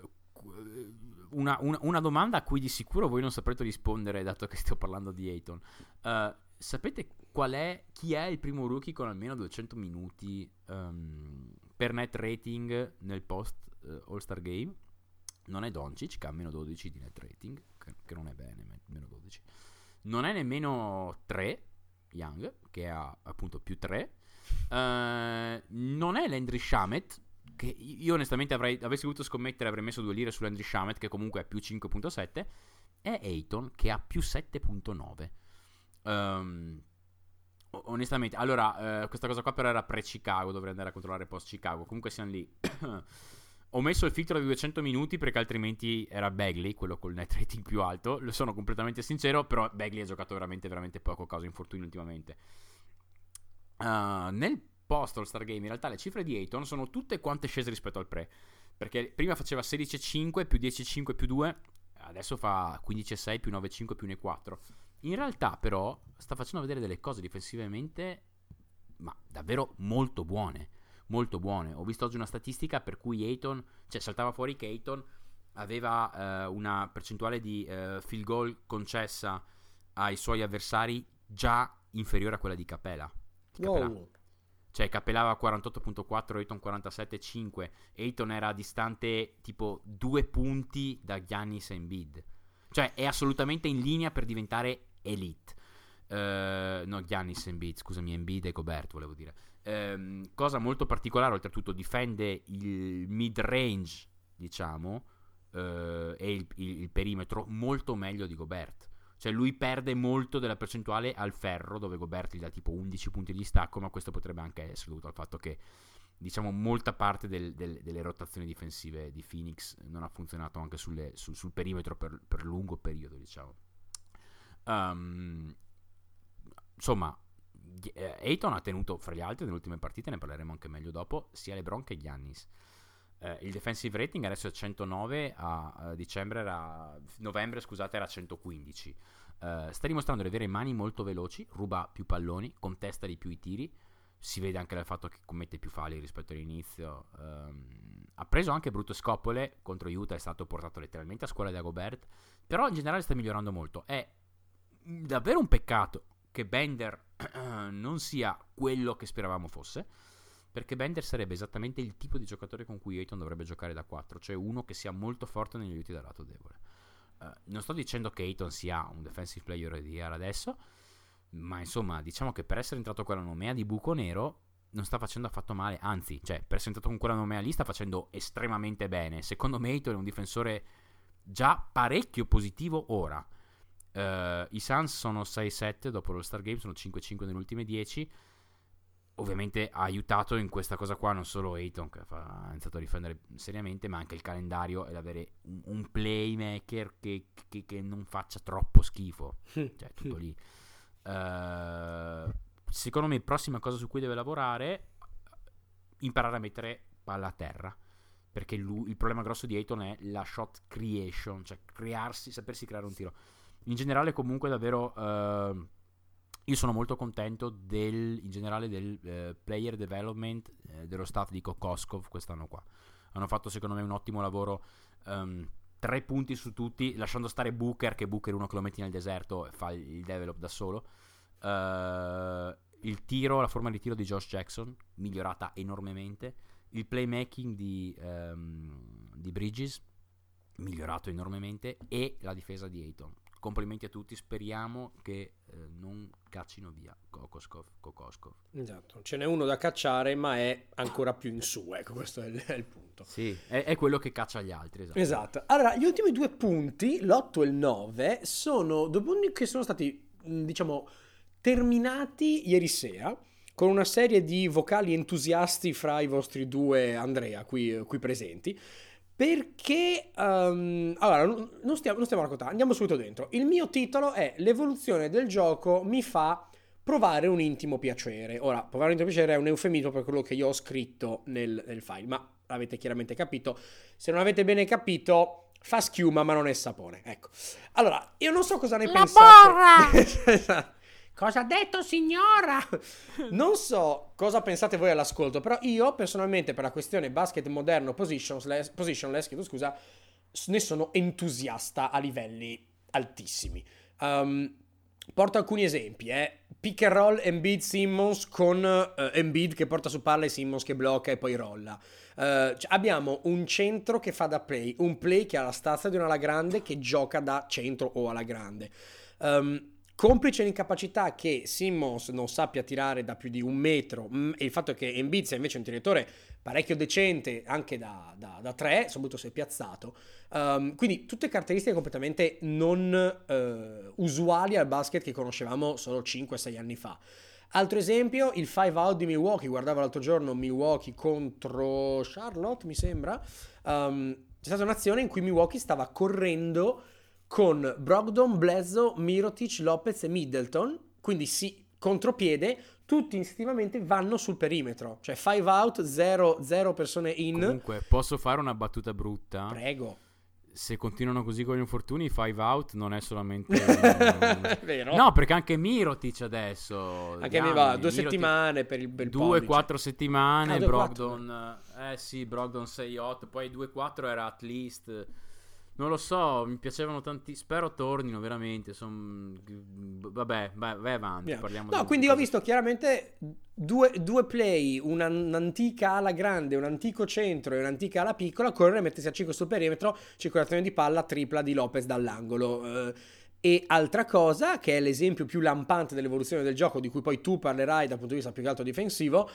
una domanda a cui di sicuro voi non saprete rispondere, dato che stiamo parlando di Ayton. Sapete chi è il primo rookie con almeno 200 minuti per net rating nel post All-Star Game? Non è Doncic, che ha meno 12 di net rating, che non è bene, meno 12. Non è nemmeno 3 Young, che ha appunto più 3. Non è Landry Shamet, che io onestamente avessi voluto scommettere, avrei messo 2 lire su Landry Shamet, che comunque è più 5.7. È Ayton, che ha più 7.9. Onestamente, allora, questa cosa qua però era pre-Chicago, dovrei andare a controllare post-Chicago. Comunque siamo lì. Ho messo il filtro di 200 minuti perché altrimenti era Bagley, quello col net rating più alto. Lo sono completamente sincero, però Bagley ha giocato veramente, veramente poco a causa infortuni ultimamente. Nel post All-Star Game in realtà le cifre di Ayton sono tutte quante scese rispetto al pre, perché prima faceva 16,5 più 10,5 più 2, adesso fa 15,6 più 9,5 più 1,4. In realtà però sta facendo vedere delle cose difensivamente ma davvero molto buone, molto buone. Ho visto oggi una statistica per cui Ayton, cioè saltava fuori che Ayton aveva una percentuale di field goal concessa ai suoi avversari già inferiore a quella di Capela. Wow. Cioè Capelava 48.4, Ayton 47.5. Ayton era distante tipo 2 punti da Giannis e Embiid. Cioè è assolutamente in linea per diventare elite. No, Giannis e Embiid, scusami, Embiid e Gobert volevo dire. Cosa molto particolare, oltretutto difende il mid-range, diciamo, e il perimetro molto meglio di Gobert. Cioè lui perde molto della percentuale al ferro, dove Gobert gli dà tipo 11 punti di stacco, ma questo potrebbe anche essere dovuto al fatto che, diciamo, molta parte delle rotazioni difensive di Phoenix non ha funzionato anche sul perimetro per lungo periodo, diciamo. Insomma, Ayton ha tenuto fra gli altri nelle ultime partite, ne parleremo anche meglio dopo, sia LeBron che Giannis. Il defensive rating adesso è 109, a novembre era 115. Sta dimostrando di avere mani molto veloci, ruba più palloni, contesta di più i tiri, si vede anche dal fatto che commette più falli rispetto all'inizio. Ha preso anche brutte scopole contro Utah, è stato portato letteralmente a scuola da Gobert, però in generale sta migliorando molto. È davvero un peccato che Bender non sia quello che speravamo fosse, perché Bender sarebbe esattamente il tipo di giocatore con cui Ayton dovrebbe giocare da 4, cioè uno che sia molto forte negli aiuti dal lato debole. Non sto dicendo che Ayton sia un defensive player of the year adesso, ma insomma diciamo che per essere entrato quella nomea di buco nero non sta facendo affatto male, anzi, cioè per essere entrato con quella nomea lì sta facendo estremamente bene. Secondo me Ayton è un difensore già parecchio positivo ora. I Suns sono 6-7 dopo l'All-Star Game, sono 5-5 nelle ultime 10. Ovviamente ha aiutato in questa cosa qua non solo Ayton, che ha iniziato a difendere seriamente, ma anche il calendario e l'avere un playmaker che non faccia troppo schifo. Cioè tutto lì. Secondo me prossima cosa su cui deve lavorare, imparare a mettere palla a terra, perché il problema grosso di Ayton è la shot creation, cioè sapersi creare un tiro. In generale comunque davvero io sono molto contento in generale del player development dello staff di Kokoskov quest'anno qua. Hanno fatto secondo me un ottimo lavoro, 3 punti su tutti, lasciando stare Booker, che Booker uno che lo metti nel deserto e fa il develop da solo. Il tiro, la forma di tiro di Josh Jackson migliorata enormemente, il playmaking di Bridges migliorato enormemente, e la difesa di Ayton. Complimenti a tutti, speriamo che non caccino via Kokoskov. Esatto, ce n'è uno da cacciare, ma è ancora più in su, ecco, questo è il punto. Sì, è quello che caccia gli altri, esatto. Allora, gli ultimi 2 punti, l'8 e il 9, sono 2 punti che sono stati, diciamo, terminati ieri sera, con una serie di vocali entusiasti fra i vostri 2 Andrea qui presenti. Perché allora non stiamo raccontando, andiamo subito dentro. Il mio titolo è: l'evoluzione del gioco mi fa provare un intimo piacere. Ora, provare un intimo piacere è un eufemismo per quello che io ho scritto nel file, ma l'avete chiaramente capito. Se non avete bene capito, fa schiuma ma non è sapone, ecco. Allora, io non so cosa ne pensate. Cosa ha detto, signora? Non so cosa pensate voi all'ascolto, però io personalmente, per la questione basket moderno positionless, chiedo scusa, ne sono entusiasta a livelli altissimi. Porto alcuni esempi, pick and roll Embiid Simmons con Embiid che porta su palla e Simmons che blocca e poi rolla. Abbiamo un centro che fa da play, un play che ha la stazza di un alla grande che gioca da centro o alla grande. Complice l'incapacità che Simmons non sappia tirare da più di 1 metro, e il fatto che Embiid sia invece un tiratore parecchio decente anche da 3, soprattutto se è piazzato. Quindi tutte caratteristiche completamente non usuali al basket che conoscevamo solo 5-6 anni fa. Altro esempio, il 5 out di Milwaukee. Guardavo l'altro giorno Milwaukee contro Charlotte, mi sembra. C'è stata un'azione in cui Milwaukee stava correndo con Brogdon, Bledsoe, Mirotic, Lopez e Middleton, quindi contropiede, tutti istintivamente vanno sul perimetro, cioè 5 out, 0 persone in. Comunque, posso fare una battuta brutta? Prego. Se continuano così con gli infortuni, 5 out non è solamente Vero? No, perché anche Mirotic adesso anche mi va 2 settimane per il 2-4 settimane. 2-4. Brogdon sì, Brogdon 6-8, poi 2-4 era at least. Non lo so, mi piacevano tanti. Spero tornino veramente. Vabbè, vai avanti. Parliamo quindi ho visto chiaramente due play, un'antica ala grande, un antico centro e un'antica ala piccola, correre e mettersi a 5 sul perimetro, circolazione di palla, tripla di Lopez dall'angolo. E altra cosa, che è l'esempio più lampante dell'evoluzione del gioco, di cui poi tu parlerai dal punto di vista più che altro difensivo.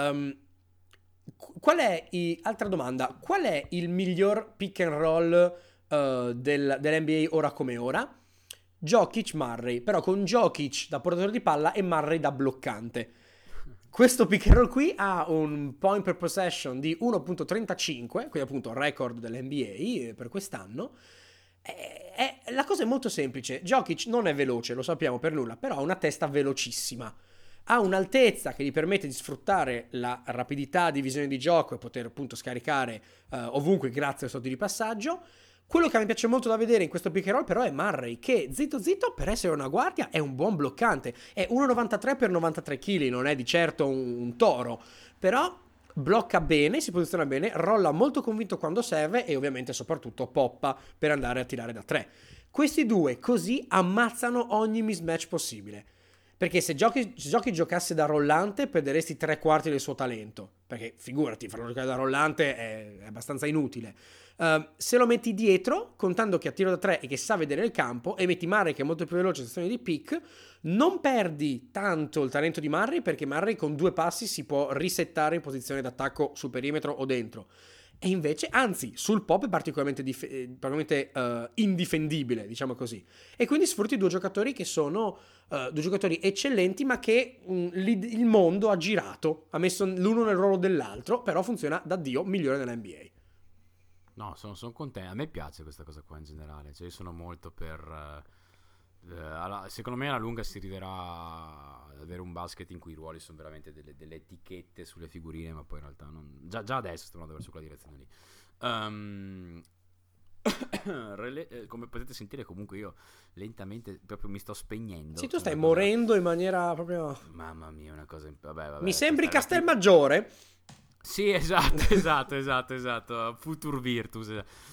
Altra domanda, qual è il miglior pick and roll dell'NBA ora come ora? Jokic-Murray, però con Jokic da portatore di palla e Murray da bloccante. Questo pick and roll qui ha un point per possession di 1.35, quindi appunto record dell'NBA per quest'anno. La cosa è molto semplice. Jokic non è veloce, lo sappiamo per nulla, però ha una testa velocissima. Ha un'altezza che gli permette di sfruttare la rapidità di visione di gioco e poter appunto scaricare ovunque grazie ai salti di passaggio. Quello che mi piace molto da vedere in questo pick and roll però è Murray, che zitto per essere una guardia è un buon bloccante. È 1,93 per 93 kg, non è di certo un toro, però blocca bene, si posiziona bene, rolla molto convinto quando serve e ovviamente soprattutto poppa per andare a tirare da 3. Questi due così ammazzano ogni mismatch possibile. Perché se giochi giocasse da rollante perderesti 3/4 del suo talento, perché figurati, farlo giocare da rollante è abbastanza inutile. Se lo metti dietro, contando che ha tiro da 3 e che sa vedere il campo, e metti Murray che è molto più veloce in sezione di pick, non perdi tanto il talento di Murray, perché Murray con 2 passi si può risettare in posizione d'attacco sul perimetro o dentro. E invece, anzi, sul pop è particolarmente indifendibile, diciamo così. E quindi sfrutti 2 giocatori che sono 2 giocatori eccellenti, ma che il mondo ha girato, ha messo l'uno nel ruolo dell'altro, però funziona da Dio, migliore nell'NBA. No, sono contento. A me piace questa cosa qua in generale. Cioè, io sono molto per. Secondo me alla lunga si arriverà ad avere un basket in cui i ruoli sono veramente delle etichette sulle figurine, ma poi in realtà non. Già adesso stanno andando verso quella direzione lì. Come potete sentire, comunque io lentamente proprio mi sto spegnendo. Sì, tu stai morendo in maniera proprio. Mamma mia, una cosa. Vabbè. Mi sembri Castelmaggiore. Sì, esatto. Futur Virtus.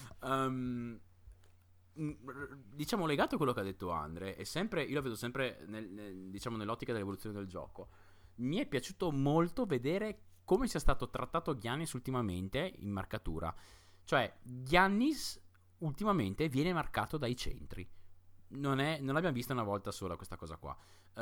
Diciamo, legato a quello che ha detto Andre, è sempre, io lo vedo sempre diciamo nell'ottica dell'evoluzione del gioco. Mi è piaciuto molto vedere come sia stato trattato Giannis ultimamente in marcatura. Cioè, Giannis ultimamente viene marcato dai centri. Non l'abbiamo vista una volta sola questa cosa qua.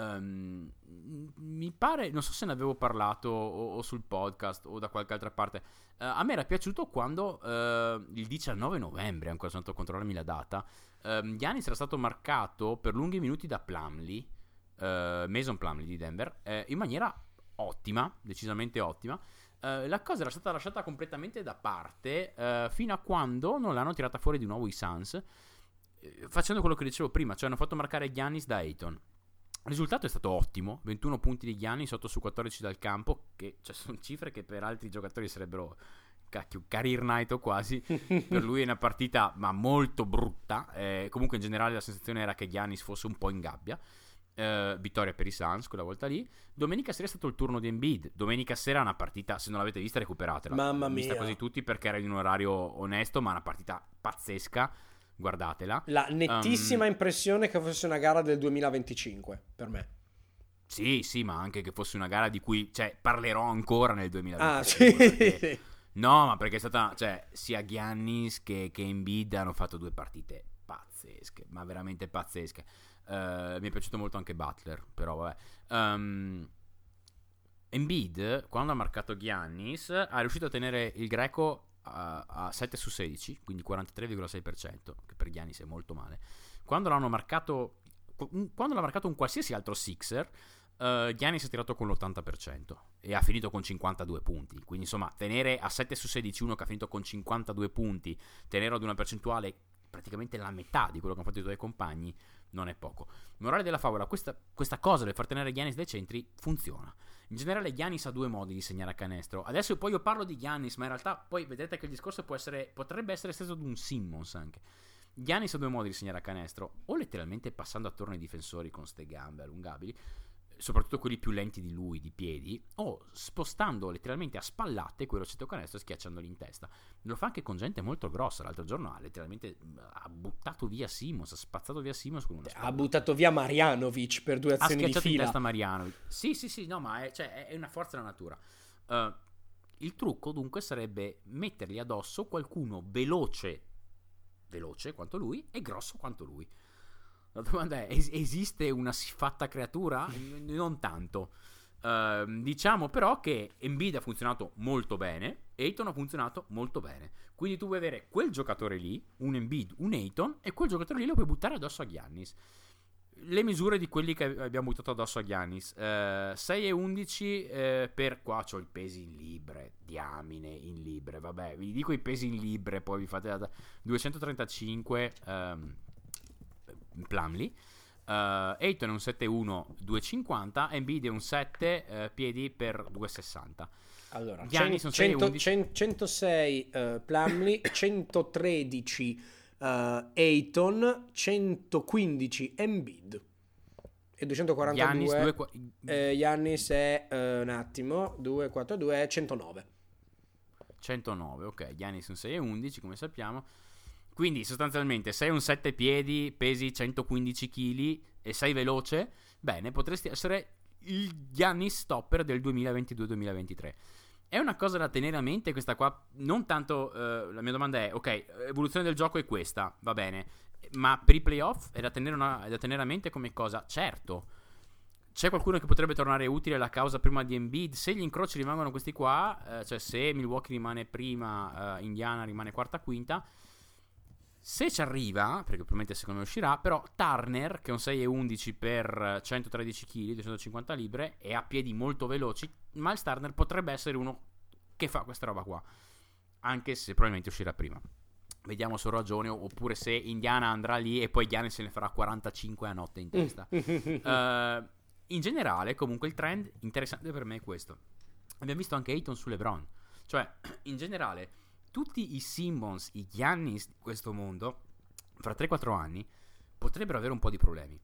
Mi pare, non so se ne avevo parlato o sul podcast o da qualche altra parte. A me era piaciuto quando il 19 novembre, ancora sono andato a controllarmi la data, Giannis era stato marcato per lunghi minuti da Plumlee, Mason Plumlee di Denver, in maniera ottima, decisamente ottima. La cosa era stata lasciata completamente da parte fino a quando non l'hanno tirata fuori di nuovo i Suns, facendo quello che dicevo prima, cioè hanno fatto marcare Giannis da Ayton. Il risultato è stato ottimo, 21 punti di Giannis, 8 su 14 dal campo, che cioè, sono cifre che per altri giocatori sarebbero career night o quasi. Per lui è una partita ma molto brutta, comunque in generale la sensazione era che Giannis fosse un po' in gabbia. Vittoria per i Suns quella volta lì. Domenica sera è stato il turno di Embiid. Domenica sera una partita, se non l'avete vista recuperatela, mamma mia, vista quasi tutti perché era in un orario onesto, ma una partita pazzesca. Guardatela. La nettissima impressione che fosse una gara del 2025 per me. Sì, ma anche che fosse una gara di cui parlerò ancora nel 2025. Ah, sì. Perché, no, ma perché è stata, sia Giannis che Embiid hanno fatto 2 partite pazzesche, ma veramente pazzesche. Mi è piaciuto molto anche Butler, però vabbè. Embiid, quando ha marcato Giannis, è riuscito a tenere il greco a 7 su 16, quindi 43,6%, che per Giannis è molto male. Quando l'ha marcato un qualsiasi altro Sixer, Giannis ha tirato con l'80% e ha finito con 52 punti. Quindi insomma, tenere a 7 su 16 uno che ha finito con 52 punti, tenerlo ad una percentuale praticamente la metà di quello che hanno fatto i tuoi compagni, non è poco. Morale della favola, questa cosa del far tenere Giannis dai centri funziona. In generale Giannis ha due modi di segnare a canestro. Adesso poi io parlo di Giannis, ma in realtà poi vedete che il discorso potrebbe essere esteso ad un Simmons anche. Giannis ha due modi di segnare a canestro, o letteralmente passando attorno ai difensori con ste gambe allungabili, soprattutto quelli più lenti di lui, di piedi, o spostando letteralmente a spallate quello centro canestro e schiacciandoli in testa. Lo fa anche con gente molto grossa. L'altro giorno ha buttato via Simmons, ha spazzato via Simmons con una spalla. Ha buttato via Marjanovic per 2 azioni di fila. Ha schiacciato in testa Marjanovic. Sì, no, ma è una forza della natura. Il trucco dunque sarebbe mettergli addosso qualcuno veloce quanto lui e grosso quanto lui. La domanda è: esiste una siffatta creatura? Non tanto. Diciamo però che Embiid ha funzionato molto bene, Ayton ha funzionato molto bene. Quindi tu vuoi avere quel giocatore lì, un Embiid, un Ayton, e quel giocatore lì lo puoi buttare addosso a Giannis. Le misure di quelli che abbiamo buttato addosso a Giannis: 6 e 11 per qua c'ho i pesi in libre, diamine in libre, vabbè, vi dico i pesi in libre, poi vi fate da 235 Plumlee. Ayton è un 7-1 2,50, Embiid è un 7 piedi per 2,60. Allora, Giannis 106 Plumlee, 113 Ayton, 115 Embiid e 242 Giannis è un attimo 242 109, ok. Giannis un 6 e 11 come sappiamo. Quindi sostanzialmente sei un 7 piedi, pesi 115 kg e sei veloce, bene, potresti essere il Giannis stopper del 2022-2023. È una cosa da tenere a mente questa qua. Non tanto, la mia domanda è: ok, evoluzione del gioco è questa, va bene, ma per i playoff è da tenere a mente come cosa? Certo, c'è qualcuno che potrebbe tornare utile alla causa prima di Embiid se gli incroci rimangono questi qua, cioè se Milwaukee rimane prima, Indiana rimane quarta, quinta. Se ci arriva, perché probabilmente secondo me uscirà, però Turner, che è un 6 e 11 per 113 kg, 250 libbre, e ha piedi molto veloci, Miles Turner potrebbe essere uno che fa questa roba qua, anche se probabilmente uscirà prima. Vediamo se ho ragione, oppure se Indiana andrà lì e poi Giannis se ne farà 45 a notte in testa. In generale, comunque, il trend interessante per me è questo. Abbiamo visto anche Ayton su LeBron. Cioè, in generale, tutti i Simmons, i Giannis di questo mondo, fra 3-4 anni, potrebbero avere un po' di problemi.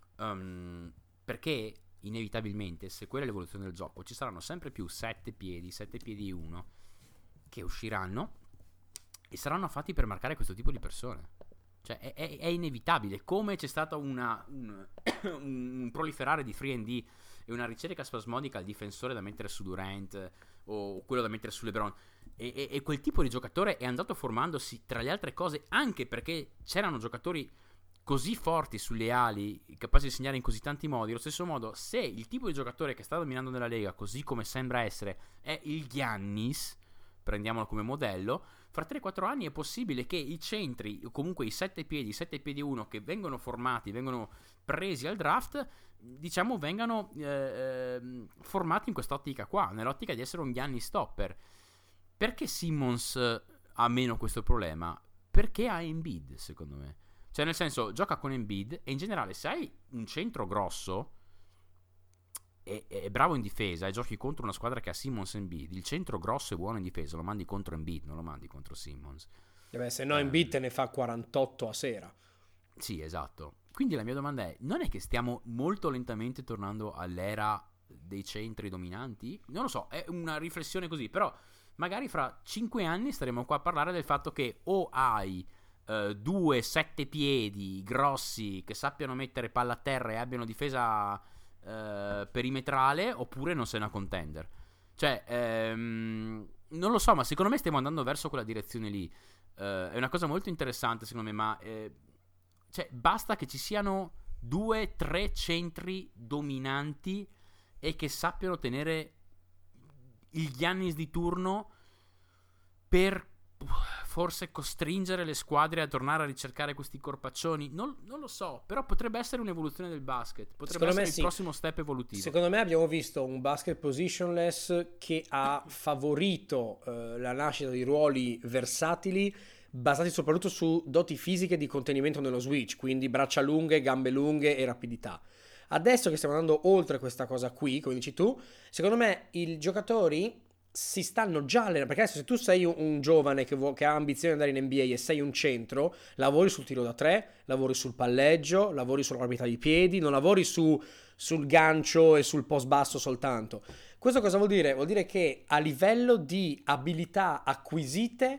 Perché, inevitabilmente, se quella è l'evoluzione del gioco, ci saranno sempre più 7 piedi 1, che usciranno e saranno fatti per marcare questo tipo di persone. Cioè, è inevitabile. Come c'è stato un proliferare di 3&D e una ricerca spasmodica al difensore da mettere su Durant o quello da mettere su LeBron, e quel tipo di giocatore è andato formandosi, tra le altre cose, anche perché c'erano giocatori così forti sulle ali, capaci di segnare in così tanti modi. Allo stesso modo, se il tipo di giocatore che sta dominando nella Lega, così come sembra essere, è il Giannis, prendiamolo come modello, fra 3-4 anni è possibile che i centri, o comunque i 7 piedi 1 che vengono formati, vengono presi al draft, diciamo vengano formati in quest'ottica qua, nell'ottica di essere un Giannis stopper. Perché Simmons ha meno questo problema? Perché ha Embiid, secondo me. Cioè, nel senso, gioca con Embiid, e in generale, se hai un centro grosso e bravo in difesa e giochi contro una squadra che ha Simmons e Embiid, il centro grosso e buono in difesa lo mandi contro Embiid, non lo mandi contro Simmons. Se no Embiid te ne fa 48 a sera. Sì, esatto. Quindi la mia domanda è: non è che stiamo molto lentamente tornando all'era dei centri dominanti? Non lo so, è una riflessione così, però magari fra 5 anni staremo qua a parlare del fatto che o hai 2 7 piedi grossi che sappiano mettere palla a terra e abbiano difesa perimetrale, oppure non sei una contender. Cioè, non lo so, ma secondo me stiamo andando verso quella direzione lì. È una cosa molto interessante secondo me, ma cioè, basta che ci siano 2-3 centri dominanti e che sappiano tenere il Giannis di turno per forse costringere le squadre a tornare a ricercare questi corpaccioni. Non lo so, però potrebbe essere un'evoluzione del basket, potrebbe essere il prossimo step evolutivo. Secondo me abbiamo visto un basket positionless che ha favorito la nascita di ruoli versatili basati soprattutto su doti fisiche di contenimento nello switch, quindi braccia lunghe, gambe lunghe e rapidità. Adesso che stiamo andando oltre questa cosa qui, come dici tu, secondo me i giocatori si stanno già allenando, perché adesso se tu sei un giovane che ha ambizione di andare in NBA e sei un centro, lavori sul tiro da 3, lavori sul palleggio, lavori sulla rapidità di piedi, non lavori sul gancio e sul post basso soltanto. Questo cosa vuol dire? Vuol dire che a livello di abilità acquisite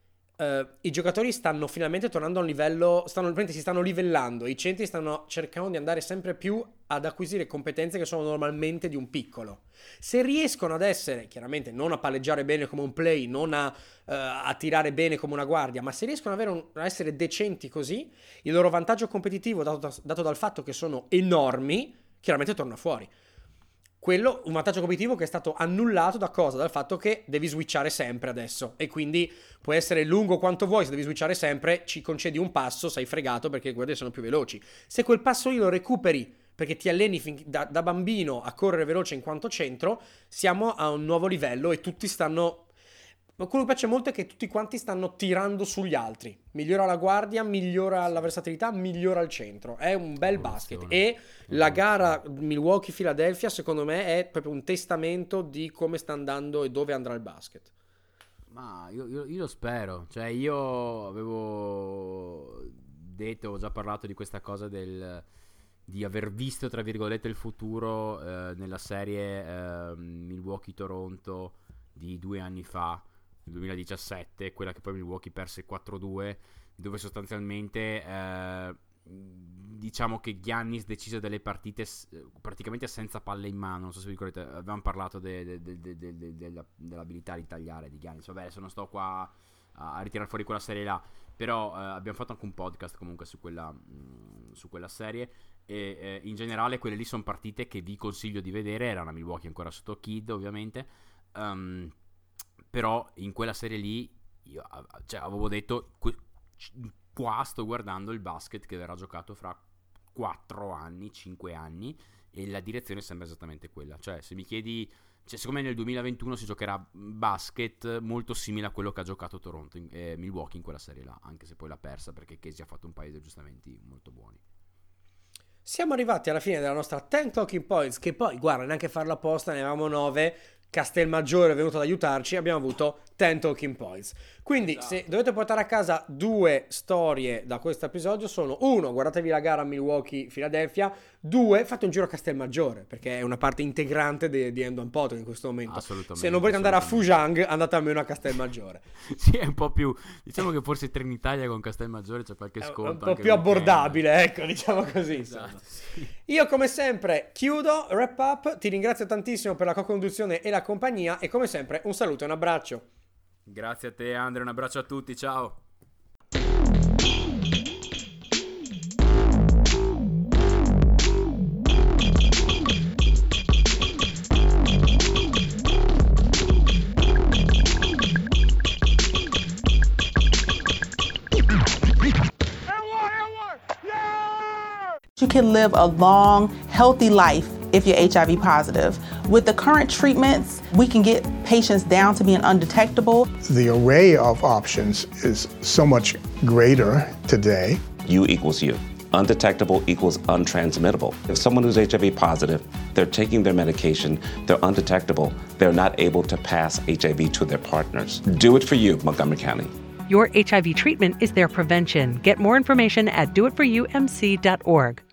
i giocatori stanno finalmente tornando a un livello, si stanno livellando, i centri stanno cercando di andare sempre più ad acquisire competenze che sono normalmente di un piccolo. Se riescono ad essere, chiaramente non a palleggiare bene come un play, non a tirare bene come una guardia, ma se riescono a essere decenti così, il loro vantaggio competitivo dato dal fatto che sono enormi, chiaramente torna fuori. Quello, un vantaggio competitivo che è stato annullato da cosa? Dal fatto che devi switchare sempre adesso, e quindi puoi essere lungo quanto vuoi, se devi switchare sempre ci concedi un passo, sei fregato perché quelli sono più veloci. Se quel passo lì lo recuperi perché ti alleni da bambino a correre veloce in quanto centro, siamo a un nuovo livello e tutti stanno... Ma quello che piace molto è che tutti quanti stanno tirando sugli altri. Migliora la guardia, migliora la versatilità, migliora il centro. È un bel basket. E la gara Milwaukee-Philadelphia, secondo me, è proprio un testamento di come sta andando e dove andrà il basket. Ma io lo spero. Cioè, io avevo detto, ho già parlato di questa cosa di aver visto, tra virgolette, il futuro nella serie Milwaukee-Toronto di 2 anni fa, 2017, quella che poi Milwaukee perse 4-2, dove sostanzialmente diciamo che Giannis decise delle partite praticamente senza palle in mano. Non so se vi ricordate, avevamo parlato dell'abilità di tagliare di Giannis. Vabbè, adesso non sto qua a ritirare fuori quella serie là, però abbiamo fatto anche un podcast comunque su quella serie, e in generale quelle lì sono partite che vi consiglio di vedere. Era una Milwaukee ancora sotto Kidd, ovviamente, però in quella serie lì io avevo detto qua sto guardando il basket che verrà giocato fra 4 anni, 5 anni, e la direzione sembra esattamente quella. Cioè, se mi chiedi, secondo me nel 2021 si giocherà basket molto simile a quello che ha giocato Toronto Milwaukee in quella serie là, anche se poi l'ha persa perché Casey ha fatto un paio di aggiustamenti molto buoni. Siamo arrivati alla fine della nostra 10 Talking Points, che poi, guarda, neanche farla apposta, ne avevamo 9. Castelmaggiore è venuto ad aiutarci, abbiamo avuto 10 Talking Points. Quindi, esatto, se dovete portare a casa 2 storie da questo episodio, sono: 1, guardatevi la gara Milwaukee-Philadelphia; 2, fate un giro a Castelmaggiore, perché è una parte integrante di End One Podcast in questo momento. Se non volete andare a Fujang, andate almeno a Castelmaggiore. Sì, è un po' più, diciamo che forse Trenitalia con Castelmaggiore c'è qualche sconto, è un po' più abbordabile, ecco, diciamo così. Esatto, sì. Io come sempre chiudo, wrap up, ti ringrazio tantissimo per la co-conduzione e la compagnia, e come sempre un saluto e un abbraccio. Grazie a te, Andre, un abbraccio a tutti, ciao. You can live a long, healthy life if you're HIV positive. With the current treatments, we can get patients down to being undetectable. The array of options is so much greater today. U equals U. Undetectable equals untransmittable. If someone who's HIV positive, they're taking their medication, they're undetectable, they're not able to pass HIV to their partners. Do it for you, Montgomery County. Your HIV treatment is their prevention. Get more information at doitforumc.org.